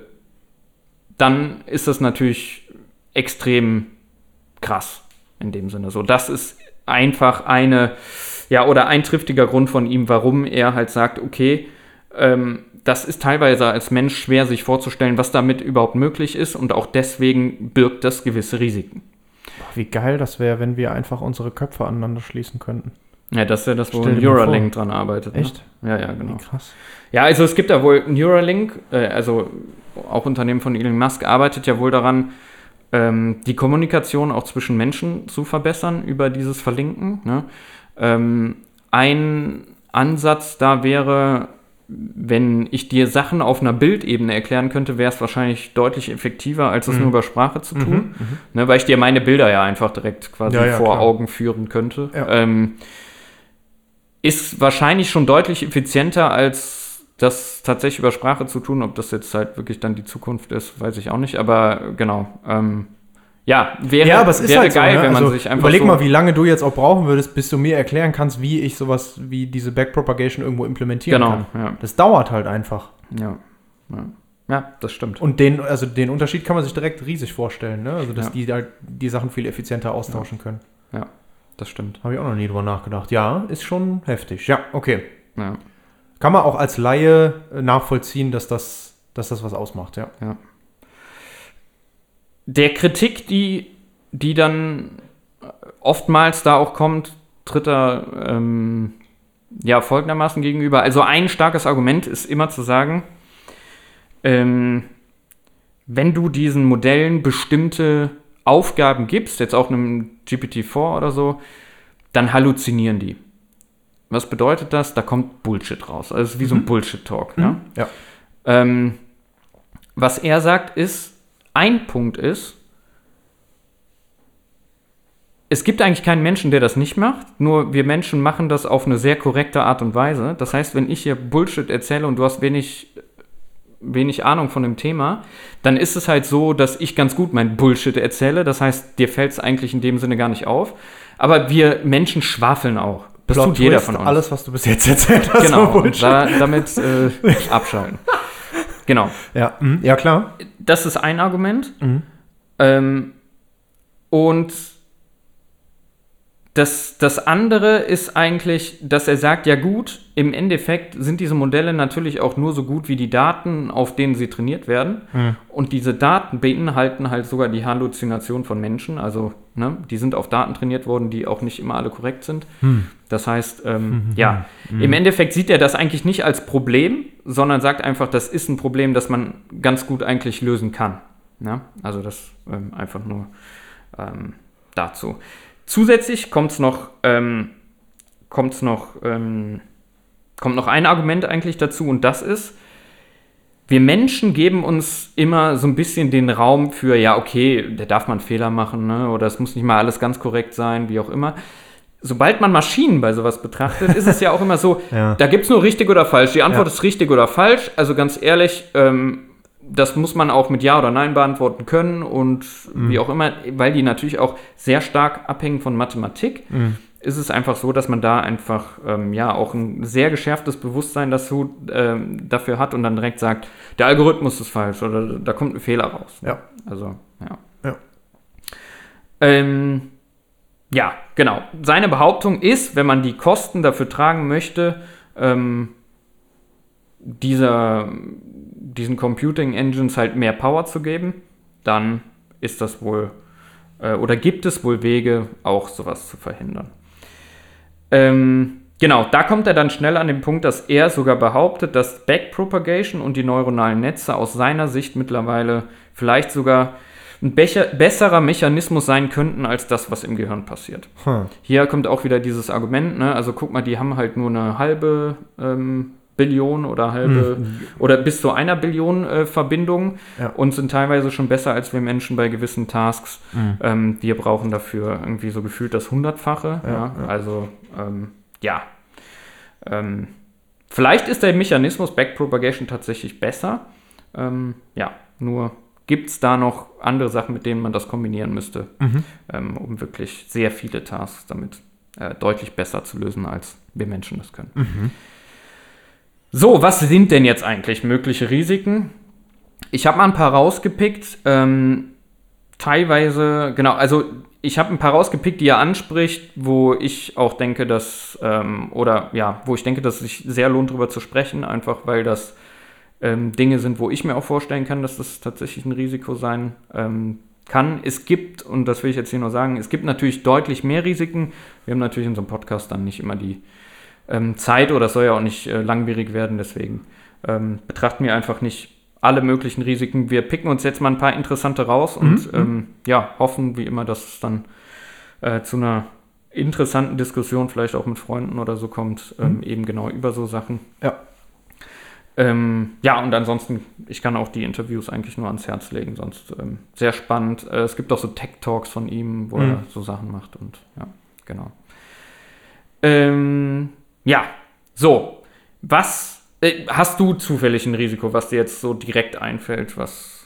dann ist das natürlich extrem krass in dem Sinne. So, das ist einfach eine, ja, oder ein triftiger Grund von ihm, warum er halt sagt, okay, ähm, das ist teilweise als Mensch schwer sich vorzustellen, was damit überhaupt möglich ist und auch deswegen birgt das gewisse Risiken.
Wie geil das wäre, wenn wir einfach unsere Köpfe aneinander schließen könnten.
Ja, das ist ja das, wo
Stell dir mal
Neuralink
vor.
dran arbeitet.
Echt?
Ne? Ja, ja, genau.
Wie krass.
Ja, also es gibt ja wohl Neuralink, äh, also auch Unternehmen von Elon Musk arbeitet ja wohl daran, ähm, die Kommunikation auch zwischen Menschen zu verbessern über dieses Verlinken. Ne? Ähm, ein Ansatz da wäre, wenn ich dir Sachen auf einer Bildebene erklären könnte, wäre es wahrscheinlich deutlich effektiver, als es
Mhm.
nur über Sprache zu tun.
Mhm,
Ne, weil ich dir meine Bilder ja einfach direkt quasi
Ja, ja,
vor
klar.
Augen führen könnte.
Ja.
Ähm, ist wahrscheinlich schon deutlich effizienter, als das tatsächlich über Sprache zu tun. Ob das jetzt halt wirklich dann die Zukunft ist, weiß ich auch nicht. Aber genau. Ähm, ja, wäre,
Ja, aber es ist
wäre
halt
geil,
so, ne?
wenn man
Also,
sich einfach
überleg
so
mal, wie lange du jetzt auch brauchen würdest, bis du mir erklären kannst, wie ich sowas wie diese Backpropagation irgendwo implementieren
Genau,
kann.
ja.
Das dauert halt einfach.
Ja, ja. Ja, das stimmt.
Und den, also den Unterschied kann man sich direkt riesig vorstellen, ne? Also dass
Ja.
die halt die Sachen viel effizienter austauschen können.
Ja, das stimmt.
Habe ich auch noch nie drüber nachgedacht. Ja, ist schon heftig. Ja, okay.
Ja.
Kann man auch als Laie äh, nachvollziehen, dass das, dass das was ausmacht, ja.
Ja. Der Kritik, die, die dann oftmals da auch kommt, tritt er ähm, ja folgendermaßen gegenüber. Also ein starkes Argument ist immer zu sagen, ähm, wenn du diesen Modellen bestimmte Aufgaben gibst, jetzt auch einem G P T vier oder so, dann halluzinieren die. Was bedeutet das? Da kommt Bullshit raus. Also es ist wie so ein Bullshit-Talk.
Mhm.
Ja?
Ja.
Ähm, was er sagt ist, ein Punkt ist, es gibt eigentlich keinen Menschen, der das nicht macht, nur wir Menschen machen das auf eine sehr korrekte Art und Weise. Das heißt, wenn ich hier Bullshit erzähle und du hast wenig, wenig Ahnung von dem Thema, dann ist es halt so, dass ich ganz gut mein Bullshit erzähle. Das heißt, dir fällt es eigentlich in dem Sinne gar nicht auf. Aber wir Menschen schwafeln auch. Das
Plot
tut jeder
Twist,
von uns.
Alles, was du bis jetzt erzählt hast,
Genau,
war
und
Bullshit.
da, damit äh, abschalten. Genau.
Ja, mhm. Ja, klar.
Das ist ein Argument.
Mhm.
Ähm, und das, das andere ist eigentlich, dass er sagt, ja gut, im Endeffekt sind diese Modelle natürlich auch nur so gut wie die Daten, auf denen sie trainiert werden.
Mhm.
Und diese Daten beinhalten halt sogar die Halluzination von Menschen. Also ne, die sind auf Daten trainiert worden, die auch nicht immer alle korrekt sind.
Mhm.
Das heißt, ähm, ja, im Endeffekt sieht er das eigentlich nicht als Problem, sondern sagt einfach, das ist ein Problem, das man ganz gut eigentlich lösen kann. Ja? Also das ähm, einfach nur ähm, dazu. Zusätzlich kommt's noch, ähm, kommt's noch, ähm, kommt noch ein Argument eigentlich dazu und das ist, wir Menschen geben uns immer so ein bisschen den Raum für, ja okay, da darf man Fehler machen, ne? Oder es muss nicht mal alles ganz korrekt sein, wie auch immer. Sobald man Maschinen bei sowas betrachtet, ist es ja auch immer so,
Ja.
da gibt es nur richtig oder falsch. Die Antwort
Ja.
ist richtig oder falsch. Also ganz ehrlich, ähm, das muss man auch mit Ja oder Nein beantworten können und wie auch immer, weil die natürlich auch sehr stark abhängen von Mathematik,
Mhm.
ist es einfach so, dass man da einfach ähm, ja auch ein sehr geschärftes Bewusstsein dazu, ähm, dafür hat und dann direkt sagt, der Algorithmus ist falsch oder da kommt ein Fehler raus.
Ja.
Also, ja.
Ja.
Ähm, ja, genau. Seine Behauptung ist, wenn man die Kosten dafür tragen möchte, ähm, dieser, diesen Computing Engines halt mehr Power zu geben, dann ist das wohl, äh, oder gibt es wohl Wege, auch sowas zu verhindern. Ähm, genau, da kommt er dann schnell an den Punkt, dass er sogar behauptet, dass Backpropagation und die neuronalen Netze aus seiner Sicht mittlerweile vielleicht sogar ein becher, besserer Mechanismus sein könnten als das, was im Gehirn passiert.
Hm.
Hier kommt auch wieder dieses Argument, ne? Also guck mal, die haben halt nur eine halbe ähm, Billion oder halbe oder bis zu einer Billion äh, Verbindungen
Ja.
und sind teilweise schon besser als wir Menschen bei gewissen Tasks. Ähm, wir brauchen dafür irgendwie so gefühlt das Hundertfache. Ja,
Ja, ja.
Also ähm, ja. Ähm, vielleicht ist der Mechanismus Backpropagation tatsächlich besser. Ähm, ja, nur gibt es da noch andere Sachen, mit denen man das kombinieren müsste,
Mhm.
ähm, um wirklich sehr viele Tasks damit äh, deutlich besser zu lösen, als wir Menschen das können.
Mhm.
So, was sind denn jetzt eigentlich mögliche Risiken? Ich habe mal ein paar rausgepickt. Ähm, teilweise, genau, also ich habe ein paar rausgepickt, die er anspricht, wo ich auch denke, dass, ähm, oder ja, wo ich denke, dass es sich sehr lohnt, drüber zu sprechen, einfach weil das ähm, Dinge sind, wo ich mir auch vorstellen kann, dass das tatsächlich ein Risiko sein ähm, kann. Es gibt, und das will ich jetzt hier nur sagen, es gibt natürlich deutlich mehr Risiken. Wir haben natürlich in unserem Podcast dann nicht immer die ähm, Zeit, oder es soll ja auch nicht äh, langwierig werden, deswegen ähm, betrachten wir einfach nicht alle möglichen Risiken. Wir picken uns jetzt mal ein paar interessante raus und mhm. ähm, ja, hoffen wie immer, dass es dann äh, zu einer interessanten Diskussion vielleicht auch mit Freunden oder so kommt, ähm, mhm. eben genau über so Sachen.
Ja.
Ähm, ja, und ansonsten, ich kann auch die Interviews eigentlich nur ans Herz legen, sonst ähm, sehr spannend. Äh, es gibt auch so Tech-Talks von ihm, wo mhm. er so Sachen macht und ja, genau. Ähm, ja, so, was äh, hast du zufällig ein Risiko, was dir jetzt so direkt einfällt, was...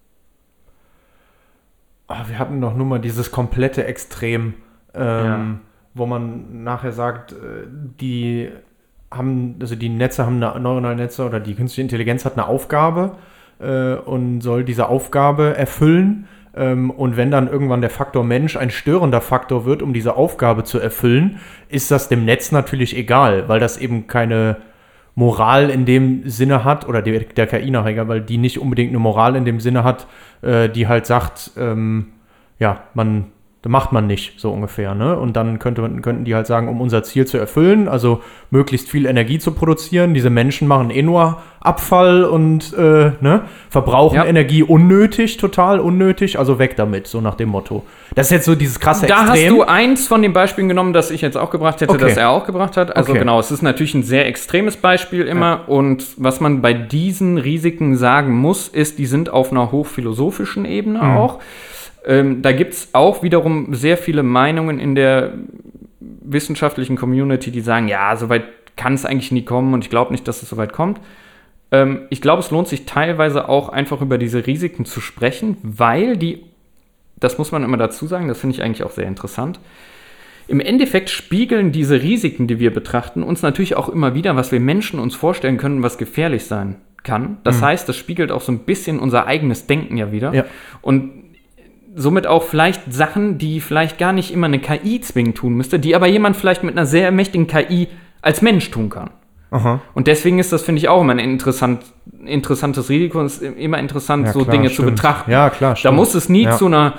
Oh, wir hatten doch nur mal dieses komplette Extrem, ähm, ja. wo man nachher sagt, äh, die haben, also die Netze haben eine, neuronale Netze oder die künstliche Intelligenz hat eine Aufgabe äh, und soll diese Aufgabe erfüllen. Ähm, und wenn dann irgendwann der Faktor Mensch ein störender Faktor wird, um diese Aufgabe zu erfüllen, ist das dem Netz natürlich egal, weil das eben keine Moral in dem Sinne hat, oder der, der K I nachher egal, weil die nicht unbedingt eine Moral in dem Sinne hat, äh, die halt sagt, ähm, ja, man macht man nicht, so ungefähr, ne? Und dann könnte, könnten die halt sagen, um unser Ziel zu erfüllen, also möglichst viel Energie zu produzieren, diese Menschen machen eh nur Abfall und äh, ne, verbrauchen ja. Energie unnötig, total unnötig, also weg damit, so nach dem Motto. Das ist jetzt so dieses krasse
da
Extrem.
Da hast du eins von den Beispielen genommen, das ich jetzt auch gebracht hätte, okay. das er auch gebracht hat. Also okay. genau, es ist natürlich ein sehr extremes Beispiel immer ja. und was man bei diesen Risiken sagen muss, ist, die sind auf einer hochphilosophischen Ebene mhm. auch. Ähm, da gibt es auch wiederum sehr viele Meinungen in der wissenschaftlichen Community, die sagen, ja, so weit kann es eigentlich nie kommen und ich glaube nicht, dass es so weit kommt. Ähm, ich glaube, es lohnt sich teilweise auch einfach über diese Risiken zu sprechen, weil die, das muss man immer dazu sagen, das finde ich eigentlich auch sehr interessant, im Endeffekt spiegeln diese Risiken, die wir betrachten, uns natürlich auch immer wieder, was wir Menschen uns vorstellen können, was gefährlich sein kann. Das mhm. heißt, das spiegelt auch so ein bisschen unser eigenes Denken ja wieder. Ja. Und somit auch vielleicht Sachen, die vielleicht gar nicht immer eine K I zwingend tun müsste, die aber jemand vielleicht mit einer sehr mächtigen K I als Mensch tun kann. Aha. Und deswegen ist das, finde ich, auch immer ein interessant, interessantes Risiko. Es ist immer interessant, ja, so klar, Dinge stimmt. zu betrachten.
Ja, klar, stimmt.
Da muss es nie
ja.
zu einer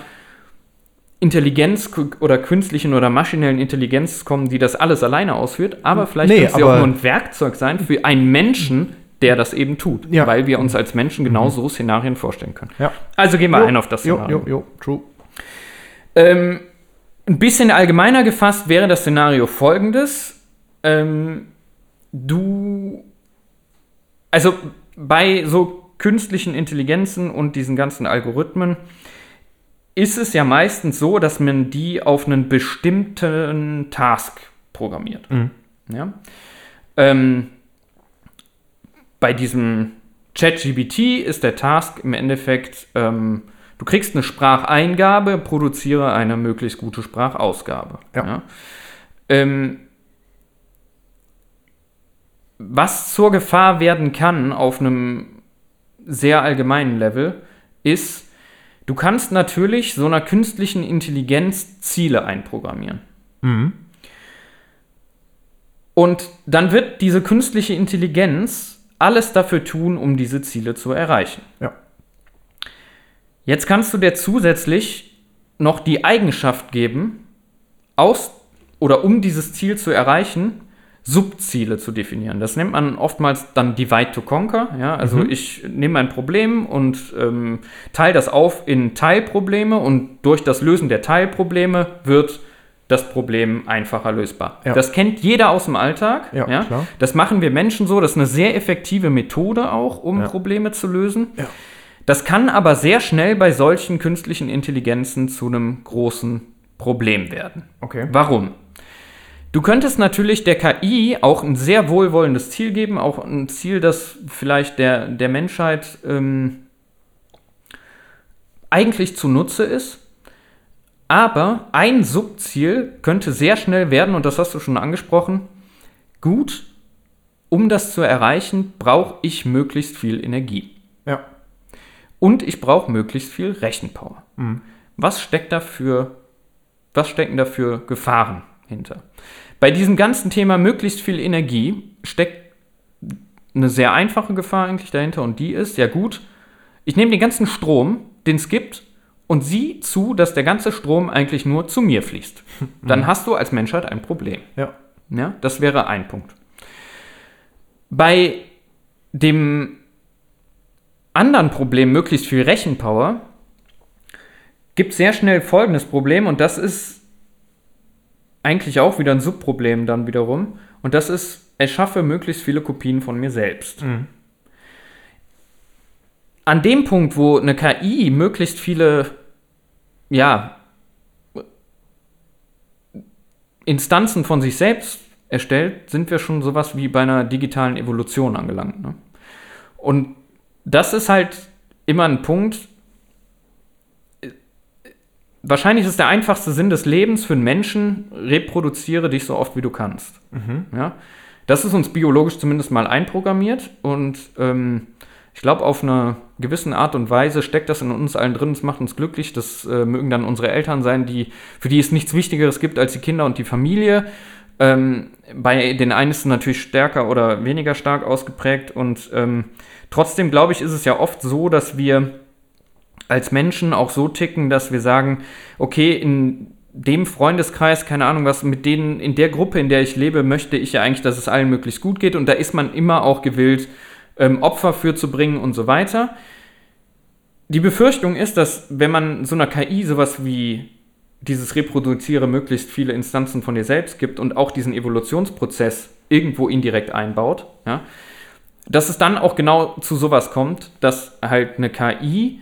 Intelligenz oder künstlichen oder maschinellen Intelligenz kommen, die das alles alleine ausführt, aber vielleicht nee, kann sie auch nur ein Werkzeug sein für einen Menschen, der das eben tut, ja. weil wir uns als Menschen genau so Szenarien vorstellen können. Ja. Also gehen wir jo, ein auf das Szenario. Jo, jo, jo, true. Ähm, ein bisschen allgemeiner gefasst wäre das Szenario folgendes. Ähm, du, also bei so künstlichen Intelligenzen und diesen ganzen Algorithmen ist es ja meistens so, dass man die auf einen bestimmten Task programmiert. Mhm. Ja? Ähm, Bei diesem ChatGPT ist der Task im Endeffekt, ähm, du kriegst eine Spracheingabe, produziere eine möglichst gute Sprachausgabe. Ja. Ja. Ähm, was zur Gefahr werden kann auf einem sehr allgemeinen Level, ist, du kannst natürlich so einer künstlichen Intelligenz Ziele einprogrammieren. Mhm. Und dann wird diese künstliche Intelligenz alles dafür tun, um diese Ziele zu erreichen. Ja. Jetzt kannst du dir zusätzlich noch die Eigenschaft geben, aus oder um dieses Ziel zu erreichen, Subziele zu definieren. Das nennt man oftmals dann Divide to Conquer. Ja? Also mhm. ich nehme ein Problem und ähm, teile das auf in Teilprobleme und durch das Lösen der Teilprobleme wird das Problem einfacher lösbar. Ja. Das kennt jeder aus dem Alltag. Ja, ja? Klar. Das machen wir Menschen so. Das ist eine sehr effektive Methode auch, um ja. Probleme zu lösen. Ja. Das kann aber sehr schnell bei solchen künstlichen Intelligenzen zu einem großen Problem werden. Okay. Warum? Du könntest natürlich der K I auch ein sehr wohlwollendes Ziel geben, auch ein Ziel, das vielleicht der, der Menschheit ähm, eigentlich zunutze ist. Aber ein Subziel könnte sehr schnell werden, und das hast du schon angesprochen, gut, um das zu erreichen, brauche ich möglichst viel Energie. Ja. Und ich brauche möglichst viel Rechenpower. Mhm. Was steckt dafür, was stecken dafür Gefahren hinter? Bei diesem ganzen Thema möglichst viel Energie steckt eine sehr einfache Gefahr eigentlich dahinter und die ist, ja gut, ich nehme den ganzen Strom, den es gibt, und sieh zu, dass der ganze Strom eigentlich nur zu mir fließt. Dann hast du als Menschheit ein Problem.
Ja.
Ja, das wäre ein Punkt. Bei dem anderen Problem, möglichst viel Rechenpower, gibt es sehr schnell folgendes Problem und das ist eigentlich auch wieder ein Subproblem dann wiederum und das ist, erschaffe möglichst viele Kopien von mir selbst.
Mhm.
An dem Punkt, wo eine K I möglichst viele, ja, Instanzen von sich selbst erstellt, sind wir schon sowas wie bei einer digitalen Evolution angelangt. Ne? Und das ist halt immer ein Punkt. Wahrscheinlich ist der einfachste Sinn des Lebens für einen Menschen, reproduziere dich so oft wie du kannst.
Mhm.
Ja? Das ist uns biologisch zumindest mal einprogrammiert und ähm, ich glaube, auf eine gewisse Art und Weise steckt das in uns allen drin. Es macht uns glücklich. Das äh, mögen dann unsere Eltern sein, die, für die es nichts Wichtigeres gibt als die Kinder und die Familie. Ähm, bei den einen ist es natürlich stärker oder weniger stark ausgeprägt. Und ähm, trotzdem, glaube ich, ist es ja oft so, dass wir als Menschen auch so ticken, dass wir sagen, okay, in dem Freundeskreis, keine Ahnung was, mit denen, in der Gruppe, in der ich lebe, möchte ich ja eigentlich, dass es allen möglichst gut geht. Und da ist man immer auch gewillt, Ähm, Opfer für zu bringen und so weiter. Die Befürchtung ist, dass wenn man so einer K I sowas wie dieses Reproduziere möglichst viele Instanzen von dir selbst gibt und auch diesen Evolutionsprozess irgendwo indirekt einbaut, ja, dass es dann auch genau zu sowas kommt, dass halt eine K I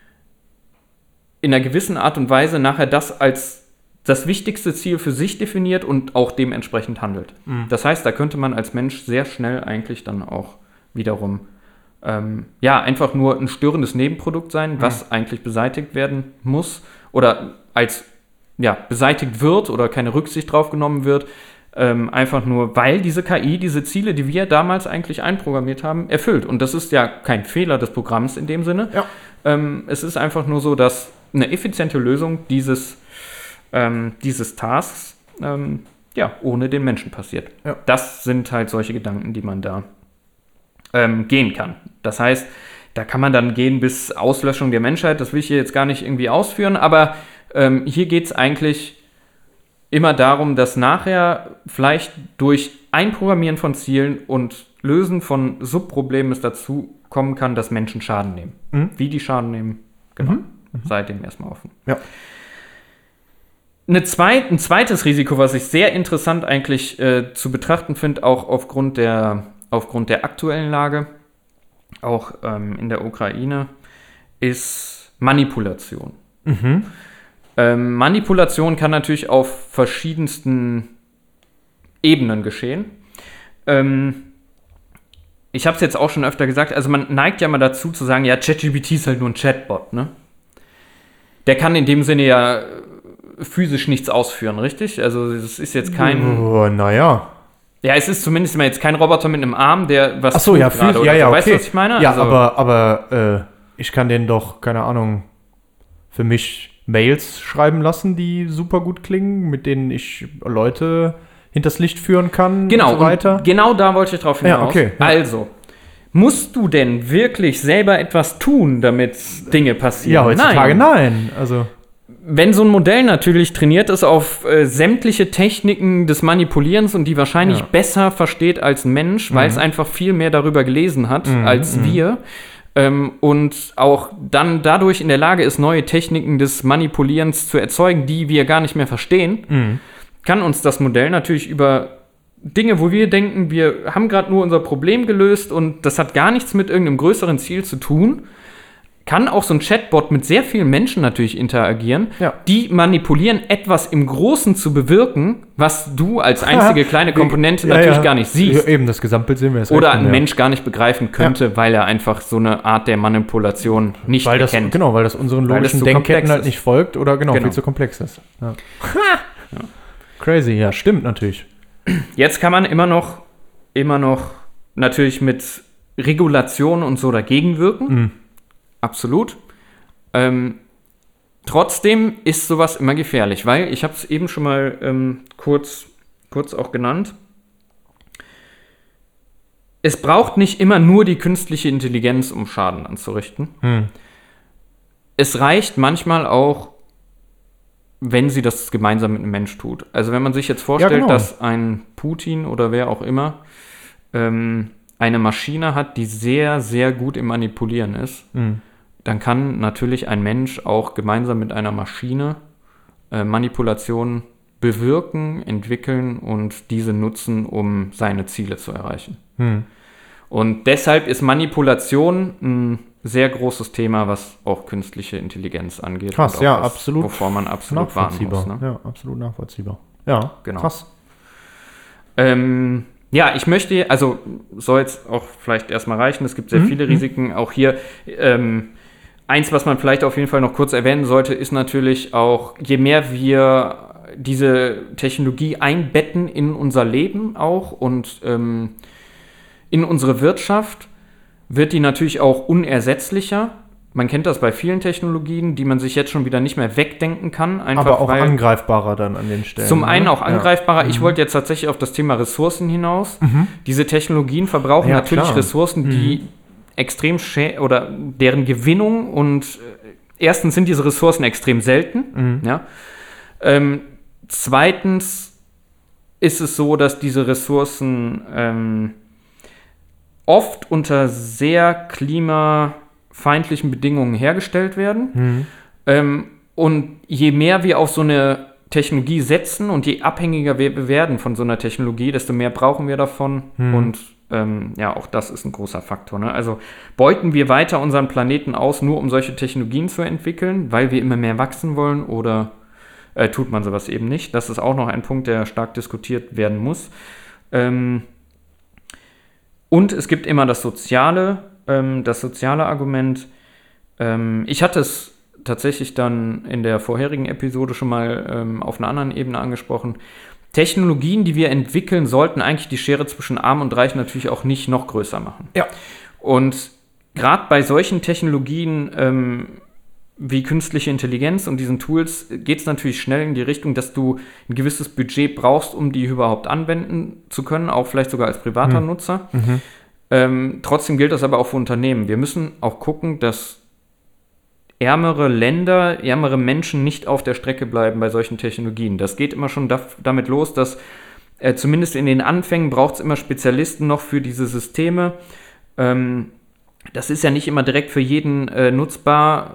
in einer gewissen Art und Weise nachher das als das wichtigste Ziel für sich definiert und auch dementsprechend handelt. Mhm. Das heißt, da könnte man als Mensch sehr schnell eigentlich dann auch wiederum, ähm, ja, einfach nur ein störendes Nebenprodukt sein, was mhm. eigentlich beseitigt werden muss oder als, ja, beseitigt wird oder keine Rücksicht drauf genommen wird, ähm, einfach nur, weil diese K I diese Ziele, die wir damals eigentlich einprogrammiert haben, erfüllt. Und das ist ja kein Fehler des Programms in dem Sinne.
Ja.
Ähm, es ist einfach nur so, dass eine effiziente Lösung dieses, ähm, dieses Tasks, ähm, ja, ohne den Menschen passiert.
Ja.
Das sind halt solche Gedanken, die man da Ähm, gehen kann. Das heißt, da kann man dann gehen bis Auslöschung der Menschheit, das will ich hier jetzt gar nicht irgendwie ausführen, aber ähm, hier geht es eigentlich immer darum, dass nachher vielleicht durch Einprogrammieren von Zielen und Lösen von Subproblemen es dazu kommen kann, dass Menschen Schaden nehmen.
Mhm.
Wie die Schaden nehmen, genau,
Mhm.
seitdem erstmal offen.
Ja.
Eine zweit, ein zweites Risiko, was ich sehr interessant eigentlich äh, zu betrachten finde, auch aufgrund der aufgrund der aktuellen Lage, auch ähm, in der Ukraine, ist Manipulation.
Mhm.
Ähm, Manipulation kann natürlich auf verschiedensten Ebenen geschehen. Ähm, ich habe es jetzt auch schon öfter gesagt, also man neigt ja mal dazu zu sagen, ja, ChatGPT ist halt nur ein Chatbot, ne? Der kann in dem Sinne ja physisch nichts ausführen, richtig? Also es ist jetzt kein...
Oh, naja.
Ja, es ist zumindest mal jetzt kein Roboter mit einem Arm, der was
Ach so,
tut
ja,
gerade,
viel,
oder
ja, ja,
so.
okay.
Weißt du, was ich meine?
Ja,
also,
aber, aber äh, ich kann den doch, keine Ahnung, für mich Mails schreiben lassen, die super gut klingen, mit denen ich Leute hinters Licht führen kann
genau,
und so weiter.
Und genau da wollte ich drauf hinaus.
Ja, okay. Ja.
Also, musst du denn wirklich selber etwas tun, damit Dinge passieren?
Ja, heutzutage nein. nein. Also
wenn so ein Modell natürlich trainiert ist auf äh, sämtliche Techniken des Manipulierens und die wahrscheinlich
ja.
besser versteht als ein Mensch, weil es
mhm.
einfach viel mehr darüber gelesen hat
mhm.
als
mhm.
wir ähm, und auch dann dadurch in der Lage ist, neue Techniken des Manipulierens zu erzeugen, die wir gar nicht mehr verstehen,
mhm.
kann uns das Modell natürlich über Dinge, wo wir denken, wir haben gerade nur unser Problem gelöst und das hat gar nichts mit irgendeinem größeren Ziel zu tun, kann auch so ein Chatbot mit sehr vielen Menschen natürlich interagieren,
ja.
die manipulieren, etwas im Großen zu bewirken, was du als einzige kleine Komponente
ja,
natürlich
ja.
gar nicht siehst.
Ja, eben, das Gesamtbild sehen wir jetzt.
Oder
recht,
ein
ja.
Mensch gar nicht begreifen könnte, ja. weil er einfach so eine Art der Manipulation nicht
weil das,
erkennt.
Genau, weil das unseren logischen Denkketten halt nicht folgt oder genau,
genau.
viel zu komplex ist. Ja. ja. Crazy, ja, stimmt natürlich.
Jetzt kann man immer noch, immer noch natürlich mit Regulation und so dagegen wirken.
Mhm.
Absolut. Ähm, trotzdem ist sowas immer gefährlich, weil, ich habe es eben schon mal ähm, kurz, kurz auch genannt, es braucht nicht immer nur die künstliche Intelligenz, um Schaden anzurichten.
Hm.
Es reicht manchmal auch, wenn sie das gemeinsam mit einem Mensch tut. Also wenn man sich jetzt vorstellt,
Ja, genau.
dass ein Putin oder wer auch immer ähm, eine Maschine hat, die sehr, sehr gut im Manipulieren ist,
Hm.
dann kann natürlich ein Mensch auch gemeinsam mit einer Maschine äh, Manipulationen bewirken, entwickeln und diese nutzen, um seine Ziele zu erreichen.
Hm.
Und deshalb ist Manipulation ein sehr großes Thema, was auch künstliche Intelligenz angeht.
Krass,
und auch
ja,
was,
absolut
Wovor man absolut warnen
nachvollziehbar.
muss. Ne?
Ja, absolut nachvollziehbar. Ja,
Genau.
krass.
Ähm, ja, ich möchte, also soll jetzt auch vielleicht erstmal reichen, es gibt sehr
Mhm,
viele
mhm.
Risiken. Auch hier, ähm, eins, was man vielleicht auf jeden Fall noch kurz erwähnen sollte, ist natürlich auch, je mehr wir diese Technologie einbetten in unser Leben auch und ähm, in unsere Wirtschaft, wird die natürlich auch unersetzlicher. Man kennt das bei vielen Technologien, die man sich jetzt schon wieder nicht mehr wegdenken kann. Einfach
Aber auch
weil
angreifbarer dann an den Stellen.
zum einen
ne?
auch angreifbarer.
Ja.
Ich wollte jetzt tatsächlich auf das Thema Ressourcen hinaus.
Mhm.
Diese Technologien verbrauchen
Ja,
natürlich
klar.
Ressourcen, die extrem schä- oder deren Gewinnung und äh, erstens sind diese Ressourcen extrem selten.
Mhm.
Ja. Ähm, zweitens ist es so, dass diese Ressourcen ähm, oft unter sehr klimafeindlichen Bedingungen hergestellt werden.
Mhm.
Ähm, und je mehr wir auf so eine Technologie setzen und je abhängiger wir werden von so einer Technologie, desto mehr brauchen wir davon.
Hm.
Und ähm, ja, auch das ist ein großer Faktor. Ne? Also beuten wir weiter unseren Planeten aus, nur um solche Technologien zu entwickeln, weil wir immer mehr wachsen wollen, oder äh, tut man sowas eben nicht? Das ist auch noch ein Punkt, der stark diskutiert werden muss. Ähm, und es gibt immer das soziale, ähm, das soziale Argument. Ähm, ich hatte es tatsächlich dann in der vorherigen Episode schon mal ähm, auf einer anderen Ebene angesprochen. Technologien, die wir entwickeln, sollten eigentlich die Schere zwischen Arm und Reich natürlich auch nicht noch größer machen.
Ja.
Und gerade bei solchen Technologien ähm, wie künstliche Intelligenz und diesen Tools geht es natürlich schnell in die Richtung, dass du ein gewisses Budget brauchst, um die überhaupt anwenden zu können, auch vielleicht sogar als privater
Hm.
Nutzer.
Mhm.
Ähm, trotzdem gilt das aber auch für Unternehmen. Wir müssen auch gucken, dass ärmere Länder, ärmere Menschen nicht auf der Strecke bleiben bei solchen Technologien. Das geht immer schon da, damit los, dass äh, zumindest in den Anfängen braucht es immer Spezialisten noch für diese Systeme. Ähm, das ist ja nicht immer direkt für jeden äh, nutzbar,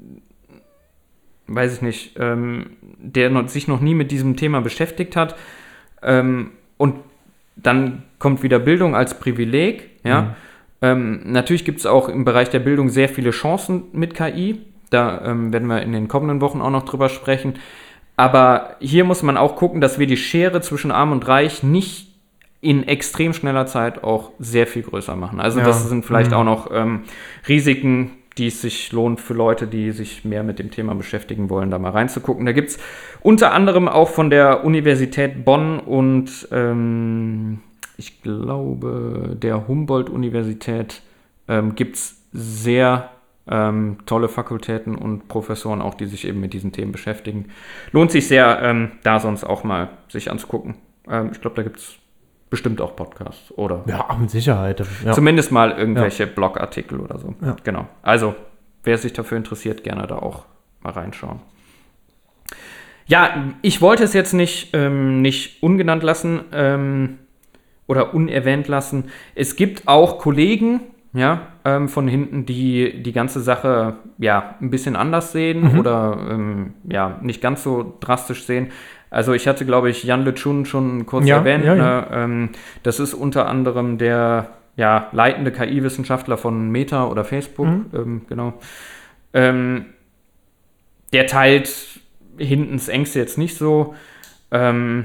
weiß ich nicht, ähm, der noch, sich noch nie mit diesem Thema beschäftigt hat. Ähm, und dann kommt wieder Bildung als Privileg, ja.
Mhm.
Ähm, natürlich gibt es auch im Bereich der Bildung sehr viele Chancen mit K I. Da ähm, werden wir in den kommenden Wochen auch noch drüber sprechen. Aber hier muss man auch gucken, dass wir die Schere zwischen Arm und Reich nicht in extrem schneller Zeit auch sehr viel größer machen. Also
Ja.
das sind vielleicht
Mhm.
auch noch ähm, Risiken, die es sich lohnt für Leute, die sich mehr mit dem Thema beschäftigen wollen, da mal reinzugucken. Da gibt es unter anderem auch von der Universität Bonn und ähm, ich glaube, der Humboldt-Universität ähm, gibt es sehr ähm, tolle Fakultäten und Professoren auch, die sich eben mit diesen Themen beschäftigen. Lohnt sich sehr, ähm, da sonst auch mal sich anzugucken. Ähm, ich glaube, da gibt es bestimmt auch Podcasts oder
Ja, mit Sicherheit. Ja.
zumindest mal irgendwelche Blogartikel oder so.
Ja.
Genau. Also, wer sich dafür interessiert, gerne da auch mal reinschauen. Ja, ich wollte es jetzt nicht, ähm, nicht ungenannt lassen, ähm, oder unerwähnt lassen. Es gibt auch Kollegen, ja, ähm, von hinten, die die ganze Sache ja ein bisschen anders sehen
Mhm.
oder ähm, ja nicht ganz so drastisch sehen. Also ich hatte, glaube ich, Jan LeCun schon kurz
Ja,
erwähnt.
ja,
Ne?
ja.
Ähm, das ist unter anderem der ja, leitende K I-Wissenschaftler von Meta oder Facebook,
Mhm.
ähm, genau. Ähm, der teilt Hintens Ängste jetzt nicht so. Ähm,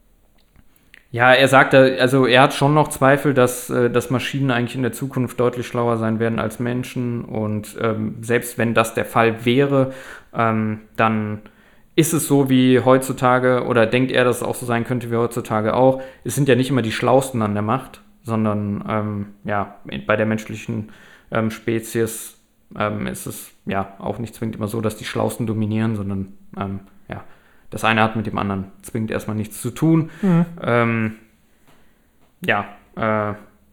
Ja, er sagt, also er hat schon noch Zweifel, dass, äh, dass Maschinen eigentlich in der Zukunft deutlich schlauer sein werden als Menschen. Und ähm, selbst wenn das der Fall wäre, ähm, dann ist es so wie heutzutage, oder denkt er, dass es auch so sein könnte wie heutzutage auch. Es sind ja nicht immer die Schlausten an der Macht, sondern ähm, ja, bei der menschlichen ähm, Spezies ähm, ist es ja auch nicht zwingend immer so, dass die Schlausten dominieren, sondern ähm, ja, das eine hat mit dem anderen zwingend erstmal nichts zu tun.
Mhm.
Ähm, ja, äh,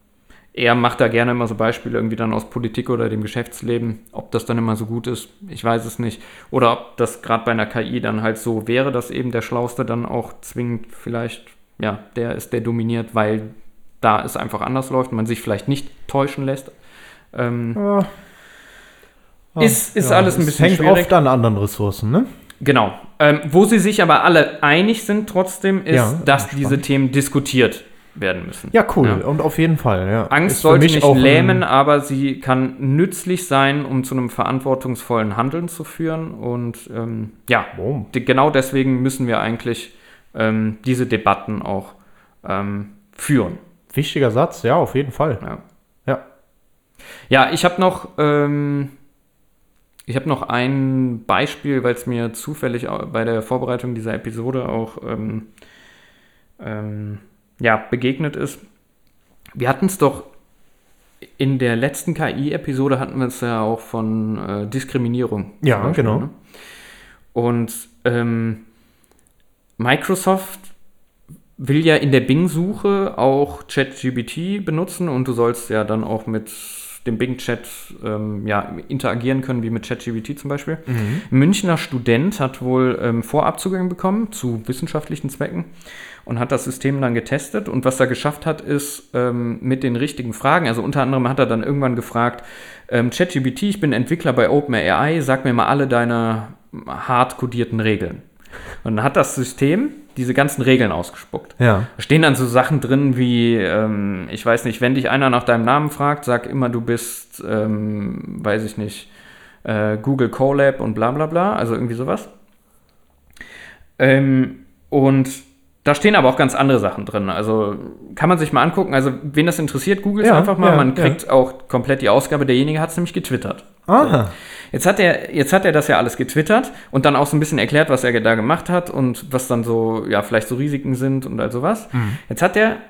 er macht da gerne immer so Beispiele irgendwie dann aus Politik oder dem Geschäftsleben. Ob das dann immer so gut ist, ich weiß es nicht. Oder ob das gerade bei einer K I dann halt so wäre, dass eben der Schlauste dann auch zwingend vielleicht, ja, der ist, der dominiert, weil da es einfach anders läuft und man sich vielleicht nicht täuschen lässt. Ähm,
ja. Ah,
ist ist
ja,
alles ein
es
bisschen
hängt
schwierig.
oft an anderen Ressourcen, ne?
Genau. Ähm, wo sie sich aber alle einig sind trotzdem, ist,
Ja,
dass
spannend.
diese Themen diskutiert werden müssen.
Ja, cool.
Ja.
Und auf jeden Fall, ja.
Angst
Ist für
sollte
mich
nicht
auch ein-
lähmen, aber sie kann nützlich sein, um zu einem verantwortungsvollen Handeln zu führen. Und ähm, ja,
Boom.
de- genau deswegen müssen wir eigentlich ähm, diese Debatten auch ähm, führen.
Wichtiger Satz, ja, auf jeden Fall.
Ja,
Ja.
ja ich habe noch, ähm, ich habe noch ein Beispiel, weil es mir zufällig au- bei der Vorbereitung dieser Episode auch ähm, ähm, ja, begegnet ist. Wir hatten es doch in der letzten K I-Episode hatten wir es ja auch von äh, Diskriminierung.
Ja,
zum Beispiel,
genau.
ne? Und ähm, Microsoft will ja in der Bing-Suche auch ChatGPT benutzen und du sollst ja dann auch mit dem Bing-Chat ähm, ja, interagieren können, wie mit ChatGPT zum Beispiel.
Mhm.
Ein Münchner Student hat wohl ähm, Vorabzugang bekommen zu wissenschaftlichen Zwecken und hat das System dann getestet. Und was er geschafft hat, ist ähm, mit den richtigen Fragen, also unter anderem hat er dann irgendwann gefragt, ähm, ChatGPT, ich bin Entwickler bei OpenAI, sag mir mal alle deine hart kodierten Regeln. Und dann hat das System diese ganzen Regeln ausgespuckt.
Ja.
Da stehen dann so Sachen drin wie, ähm, ich weiß nicht, wenn dich einer nach deinem Namen fragt, sag immer, du bist, ähm, weiß ich nicht, äh, Google Colab und bla bla bla, also irgendwie sowas. Ähm, und da stehen aber auch ganz andere Sachen drin. Also kann man sich mal angucken. Also wen das interessiert, googelt es
Ja,
einfach mal.
ja,
man
ja.
kriegt auch komplett die Ausgabe. Derjenige hat es nämlich getwittert.
Aha.
Jetzt hat er, jetzt hat er das ja alles getwittert und dann auch so ein bisschen erklärt, was er da gemacht hat und was dann so, ja, vielleicht so Risiken sind und all sowas.
Mhm.
Jetzt hat er,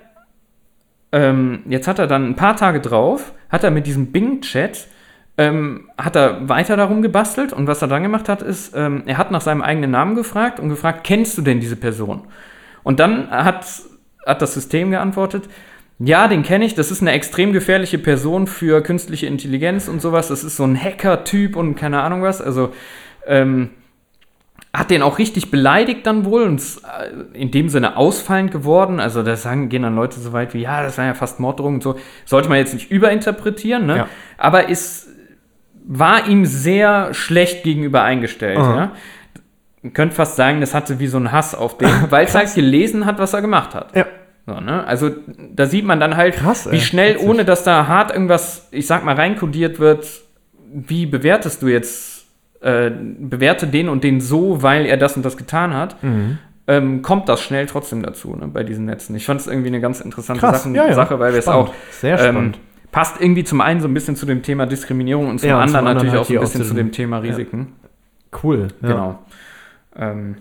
ähm, jetzt hat er dann ein paar Tage drauf, hat er mit diesem Bing-Chat, ähm, hat er weiter darum gebastelt und was er dann gemacht hat, ist, ähm, er hat nach seinem eigenen Namen gefragt und gefragt, kennst du denn diese Person? Und dann hat, hat das System geantwortet, ja, den kenne ich, das ist eine extrem gefährliche Person für künstliche Intelligenz und sowas, das ist so ein Hacker-Typ und keine Ahnung was, also ähm, hat den auch richtig beleidigt dann wohl und ist äh, in dem Sinne ausfallend geworden, also da sagen, gehen dann Leute so weit wie, ja, das war ja fast Morddrohung und so, sollte man jetzt nicht überinterpretieren, ne?
Ja.
Aber es war ihm sehr schlecht gegenüber eingestellt,
Aha.
ja. Man könnte fast sagen, das hatte wie so einen Hass auf den, weil es halt gelesen hat, was er gemacht hat.
Ja.
So, ne? Also da sieht man dann halt,
Krass, ey.
wie schnell,
Witzig.
ohne dass da hart irgendwas, ich sag mal, reinkodiert wird, wie bewertest du jetzt, äh, bewerte den und den so, weil er das und das getan hat,
Mhm.
ähm, kommt das schnell trotzdem dazu, ne, bei diesen Netzen. Ich fand es irgendwie eine ganz interessante
Krass,
Sachen,
ja, ja.
Sache, weil wir es
Spannend.
auch
Sehr
ähm,
spannend.
passt irgendwie zum einen so ein bisschen zu dem Thema Diskriminierung und zum
Ja, und
anderen
zum anderen
natürlich
halt
auch so ein
hier
bisschen
aus
zu
dem-
dem Thema Risiken.
Cool. Ja.
Genau. Ähm,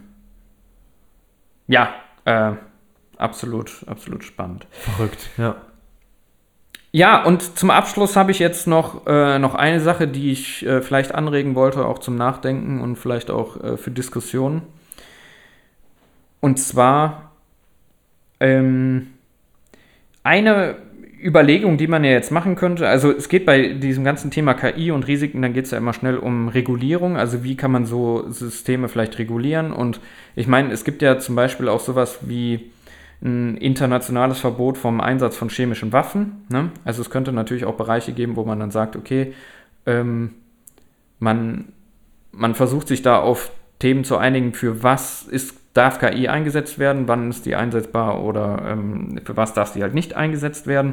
ja, äh, absolut, absolut spannend.
Verrückt, ja.
Ja, und zum Abschluss habe ich jetzt noch, äh, noch eine Sache, die ich äh, vielleicht anregen wollte, auch zum Nachdenken und vielleicht auch äh, für Diskussionen. Und zwar ähm, eine Überlegung, die man ja jetzt machen könnte, also es geht bei diesem ganzen Thema K I und Risiken, dann geht es ja immer schnell um Regulierung, also wie kann man so Systeme vielleicht regulieren und ich meine, es gibt ja zum Beispiel auch sowas wie ein internationales Verbot vom Einsatz von chemischen Waffen, ne? Also es könnte natürlich auch Bereiche geben, wo man dann sagt, okay, ähm, man, man versucht sich da auf Themen zu einigen, für was ist, darf K I eingesetzt werden, wann ist die einsetzbar oder ähm, für was darf sie halt nicht eingesetzt werden.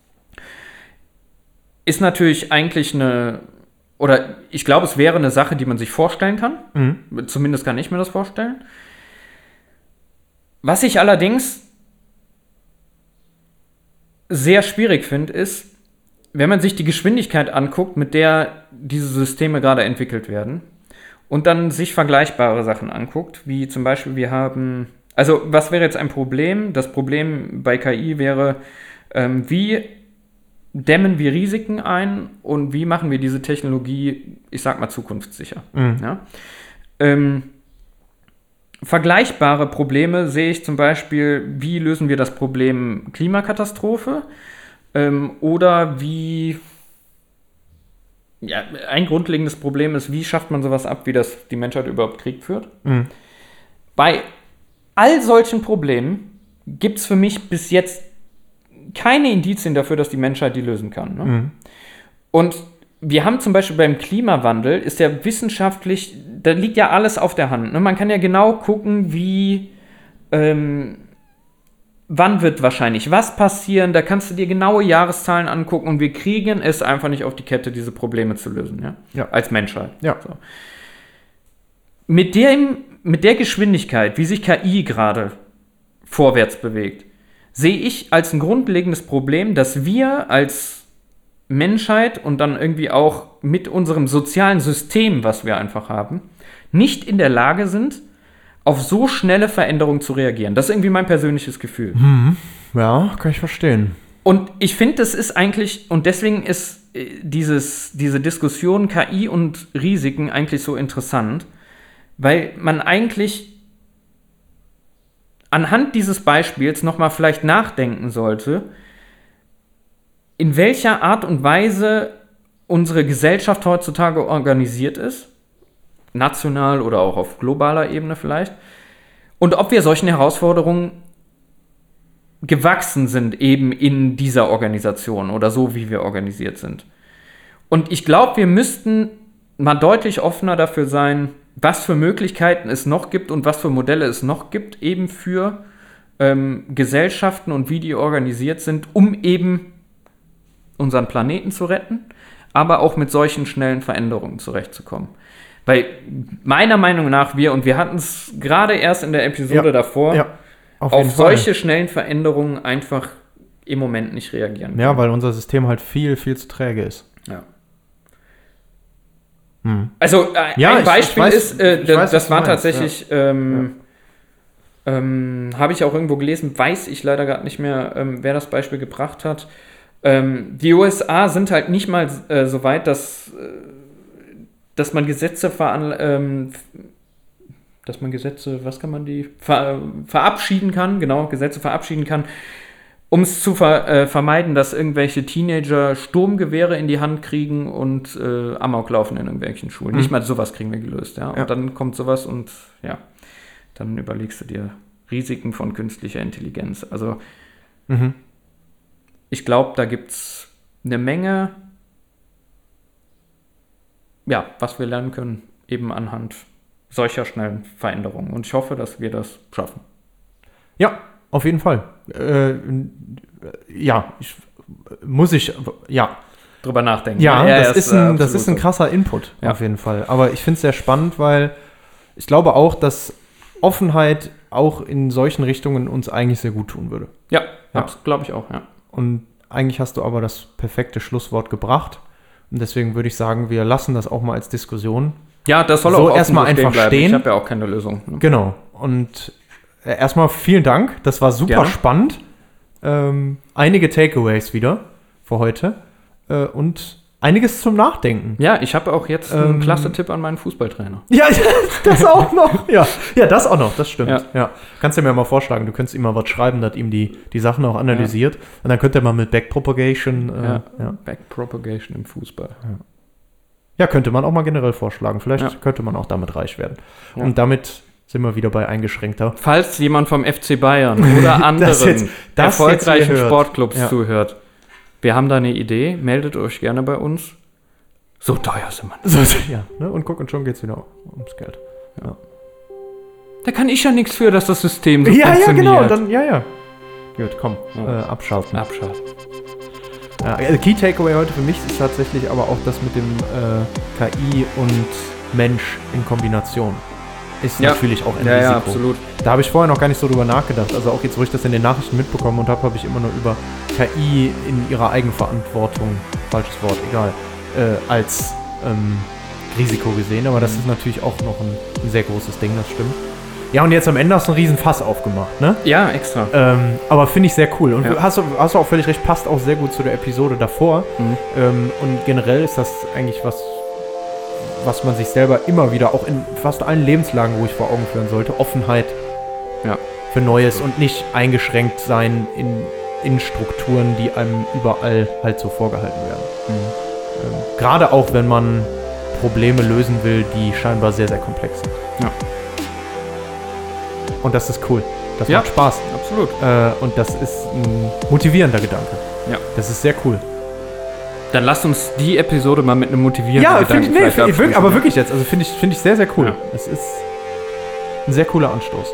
Ist natürlich eigentlich eine, oder ich glaube, es wäre eine Sache, die man sich vorstellen kann.
Mhm.
Zumindest kann ich mir das vorstellen. Was ich allerdings sehr schwierig finde, ist, wenn man sich die Geschwindigkeit anguckt, mit der diese Systeme gerade entwickelt werden und dann sich vergleichbare Sachen anguckt, wie zum Beispiel wir haben, also was wäre jetzt ein Problem? Das Problem bei K I wäre, ähm, wie dämmen wir Risiken ein und wie machen wir diese Technologie, ich sag mal, zukunftssicher.
Mhm.
Ja? Ähm, vergleichbare Probleme sehe ich zum Beispiel, wie lösen wir das Problem Klimakatastrophe? Ähm, oder wie, ja, ein grundlegendes Problem ist, wie schafft man sowas ab, wie das die Menschheit überhaupt Krieg führt?
Mhm.
Bei all solchen Problemen gibt es für mich bis jetzt keine Indizien dafür, dass die Menschheit die lösen kann. Ne?
Mhm.
Und wir haben zum Beispiel beim Klimawandel, ist ja wissenschaftlich, da liegt ja alles auf der Hand. Ne? Man kann ja genau gucken, wie, ähm, wann wird wahrscheinlich was passieren. Da kannst du dir genaue Jahreszahlen angucken und wir kriegen es einfach nicht auf die Kette, diese Probleme zu lösen. Ja?
Ja.
Als Menschheit.
Ja.
So. Mit dem, mit der Geschwindigkeit, wie sich K I gerade vorwärts bewegt, sehe ich als ein grundlegendes Problem, dass wir als Menschheit und dann irgendwie auch mit unserem sozialen System, was wir einfach haben, nicht in der Lage sind, auf so schnelle Veränderungen zu reagieren. Das ist irgendwie mein persönliches Gefühl.
Mhm. Ja, kann ich verstehen.
Und ich finde, das ist eigentlich, und deswegen ist äh, dieses, diese Diskussion K I und Risiken eigentlich so interessant, weil man eigentlich anhand dieses Beispiels nochmal vielleicht nachdenken sollte, in welcher Art und Weise unsere Gesellschaft heutzutage organisiert ist, national oder auch auf globaler Ebene vielleicht, und ob wir solchen Herausforderungen gewachsen sind, eben in dieser Organisation oder so, wie wir organisiert sind. Und ich glaube, wir müssten mal deutlich offener dafür sein, was für Möglichkeiten es noch gibt und was für Modelle es noch gibt, eben für ähm, Gesellschaften und wie die organisiert sind, um eben unseren Planeten zu retten, aber auch mit solchen schnellen Veränderungen zurechtzukommen. Weil meiner Meinung nach wir, und wir hatten es gerade erst in der Episode
Ja,
davor,
ja, auf,
auf
jeden Fall.
solche schnellen Veränderungen einfach im Moment nicht reagieren können.
Ja, weil unser System halt viel, viel zu träge ist.
Ja.
Hm.
Also äh,
Ja,
ein
ich-
Beispiel
ich weiß-
ist, äh,
ich
das,
weiß, was
das
du
war
meinst,
tatsächlich, ähm, ähm, habe ich auch irgendwo gelesen, weiß ich leider gerade nicht mehr, ähm, wer das Beispiel gebracht hat. Ähm, die U S A sind halt nicht mal äh, so weit, dass, äh, dass man Gesetze veran ähm, dass man Gesetze, was kann man die, ver verabschieden kann, genau, Gesetze verabschieden kann, um es zu ver äh, vermeiden, dass irgendwelche Teenager Sturmgewehre in die Hand kriegen und äh, Amok laufen in irgendwelchen Schulen.
Mhm.
Nicht mal sowas kriegen wir gelöst, ja. Und
Ja.
dann kommt sowas und ja, dann überlegst du dir Risiken von künstlicher Intelligenz. Also
Mhm.
ich glaube, da gibt es eine Menge, ja, was wir lernen können, eben anhand solcher schnellen Veränderungen. Und ich hoffe, dass wir das schaffen.
Ja, auf jeden Fall. Äh, ja, ich, muss ich, ja.
Drüber nachdenken.
Ja, das,
ist,
ist ein,
äh,
das ist ein
absolut
krasser Input,
Ja.
auf jeden Fall. Aber ich finde es sehr spannend, weil ich glaube auch, dass Offenheit auch in solchen Richtungen uns eigentlich sehr gut tun würde.
so. Ja,
Ja.
glaube ich auch, ja.
Und eigentlich hast du aber das perfekte Schlusswort gebracht. Und deswegen würde ich sagen, wir lassen das auch mal als Diskussion.
Ja, das soll
So,
auch offen
erstmal
so
einfach
bleiben.
stehen.
Ich habe ja auch keine Lösung. Ne?
Genau. Und äh, erstmal vielen Dank. Das war super
Gerne.
spannend. Ähm, einige Takeaways wieder für heute. Äh, und einiges zum Nachdenken.
Ja, ich habe auch jetzt einen
Ähm,
klasse Tipp an meinen Fußballtrainer.
Ja, das auch noch. Ja, ja, das auch noch, das stimmt. Ja.
Ja.
Kannst du mir mal vorschlagen, du könntest ihm mal was schreiben, dass ihm die, die Sachen auch analysiert. Und dann könnte er mal mit Backpropagation. Äh, ja. Ja.
Backpropagation im Fußball.
ja, könnte man auch mal generell vorschlagen. Vielleicht
Ja.
könnte man auch damit reich werden.
Ja.
Und damit sind wir wieder bei eingeschränkter.
Falls jemand vom F C Bayern oder anderen
Das jetzt- das
erfolgreichen
jetzt ihr hört.
Sportclubs
Ja.
zuhört, wir haben da eine Idee, meldet euch gerne bei uns. So teuer sind wir nicht.
So, ja, ne? Und guck, und schon geht's wieder ums Geld.
Da kann ich ja nichts für, dass das System so
Ja, ja,
funktioniert.
genau. Dann, ja, ja. Gut, komm,
Ja.
äh, abschalten.
Abschalten.
Ja, also Key Takeaway heute für mich ist tatsächlich aber auch das mit dem äh, K I und Mensch in Kombination. Ist
Ja.
natürlich auch ein
Ja,
Risiko.
ja, absolut.
Da habe ich vorher noch gar nicht so drüber nachgedacht. Also auch jetzt, wo ich das in den Nachrichten mitbekommen und habe, habe ich immer nur über K I in ihrer Eigenverantwortung, falsches Wort, egal, äh, als ähm, Risiko gesehen. Aber das
Mhm.
ist natürlich auch noch ein, ein sehr großes Ding, das stimmt. Ja, und jetzt am Ende hast du einen riesen Fass aufgemacht, ne?
Ja, extra.
Ähm, aber finde ich sehr cool. Und
Ja.
hast, du, hast du auch völlig recht, passt auch sehr gut zu der Episode davor.
Mhm.
Ähm, und generell ist das eigentlich was, was man sich selber immer wieder, auch in fast allen Lebenslagen, wo ich vor Augen führen sollte, Offenheit
Ja.
für Neues und nicht eingeschränkt sein in in Strukturen, die einem überall halt so vorgehalten werden.
Mhm.
Ähm, Gerade auch, wenn man Probleme lösen will, die scheinbar sehr, sehr komplex sind.
Ja.
Und das ist cool. Das
Ja.
macht Spaß.
Absolut.
Äh, und das ist ein motivierender Gedanke.
Ja.
Das ist sehr cool.
Dann lasst uns die Episode mal mit einem motivierenden
Ja,
Gedanken
find ich, nee,
vielleicht
find ich wirklich,
abschließen.
aber wirklich jetzt. Also finde ich, find ich sehr, sehr cool.
Ja.
Es ist ein sehr cooler Anstoß.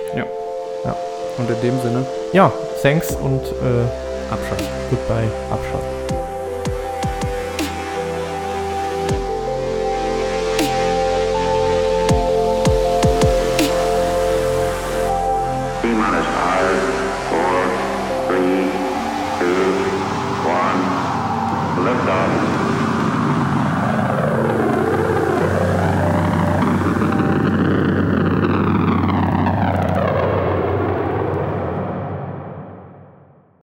Und in dem Sinne,
Ja, thanks und äh, Abschalt. Goodbye, Abschalt.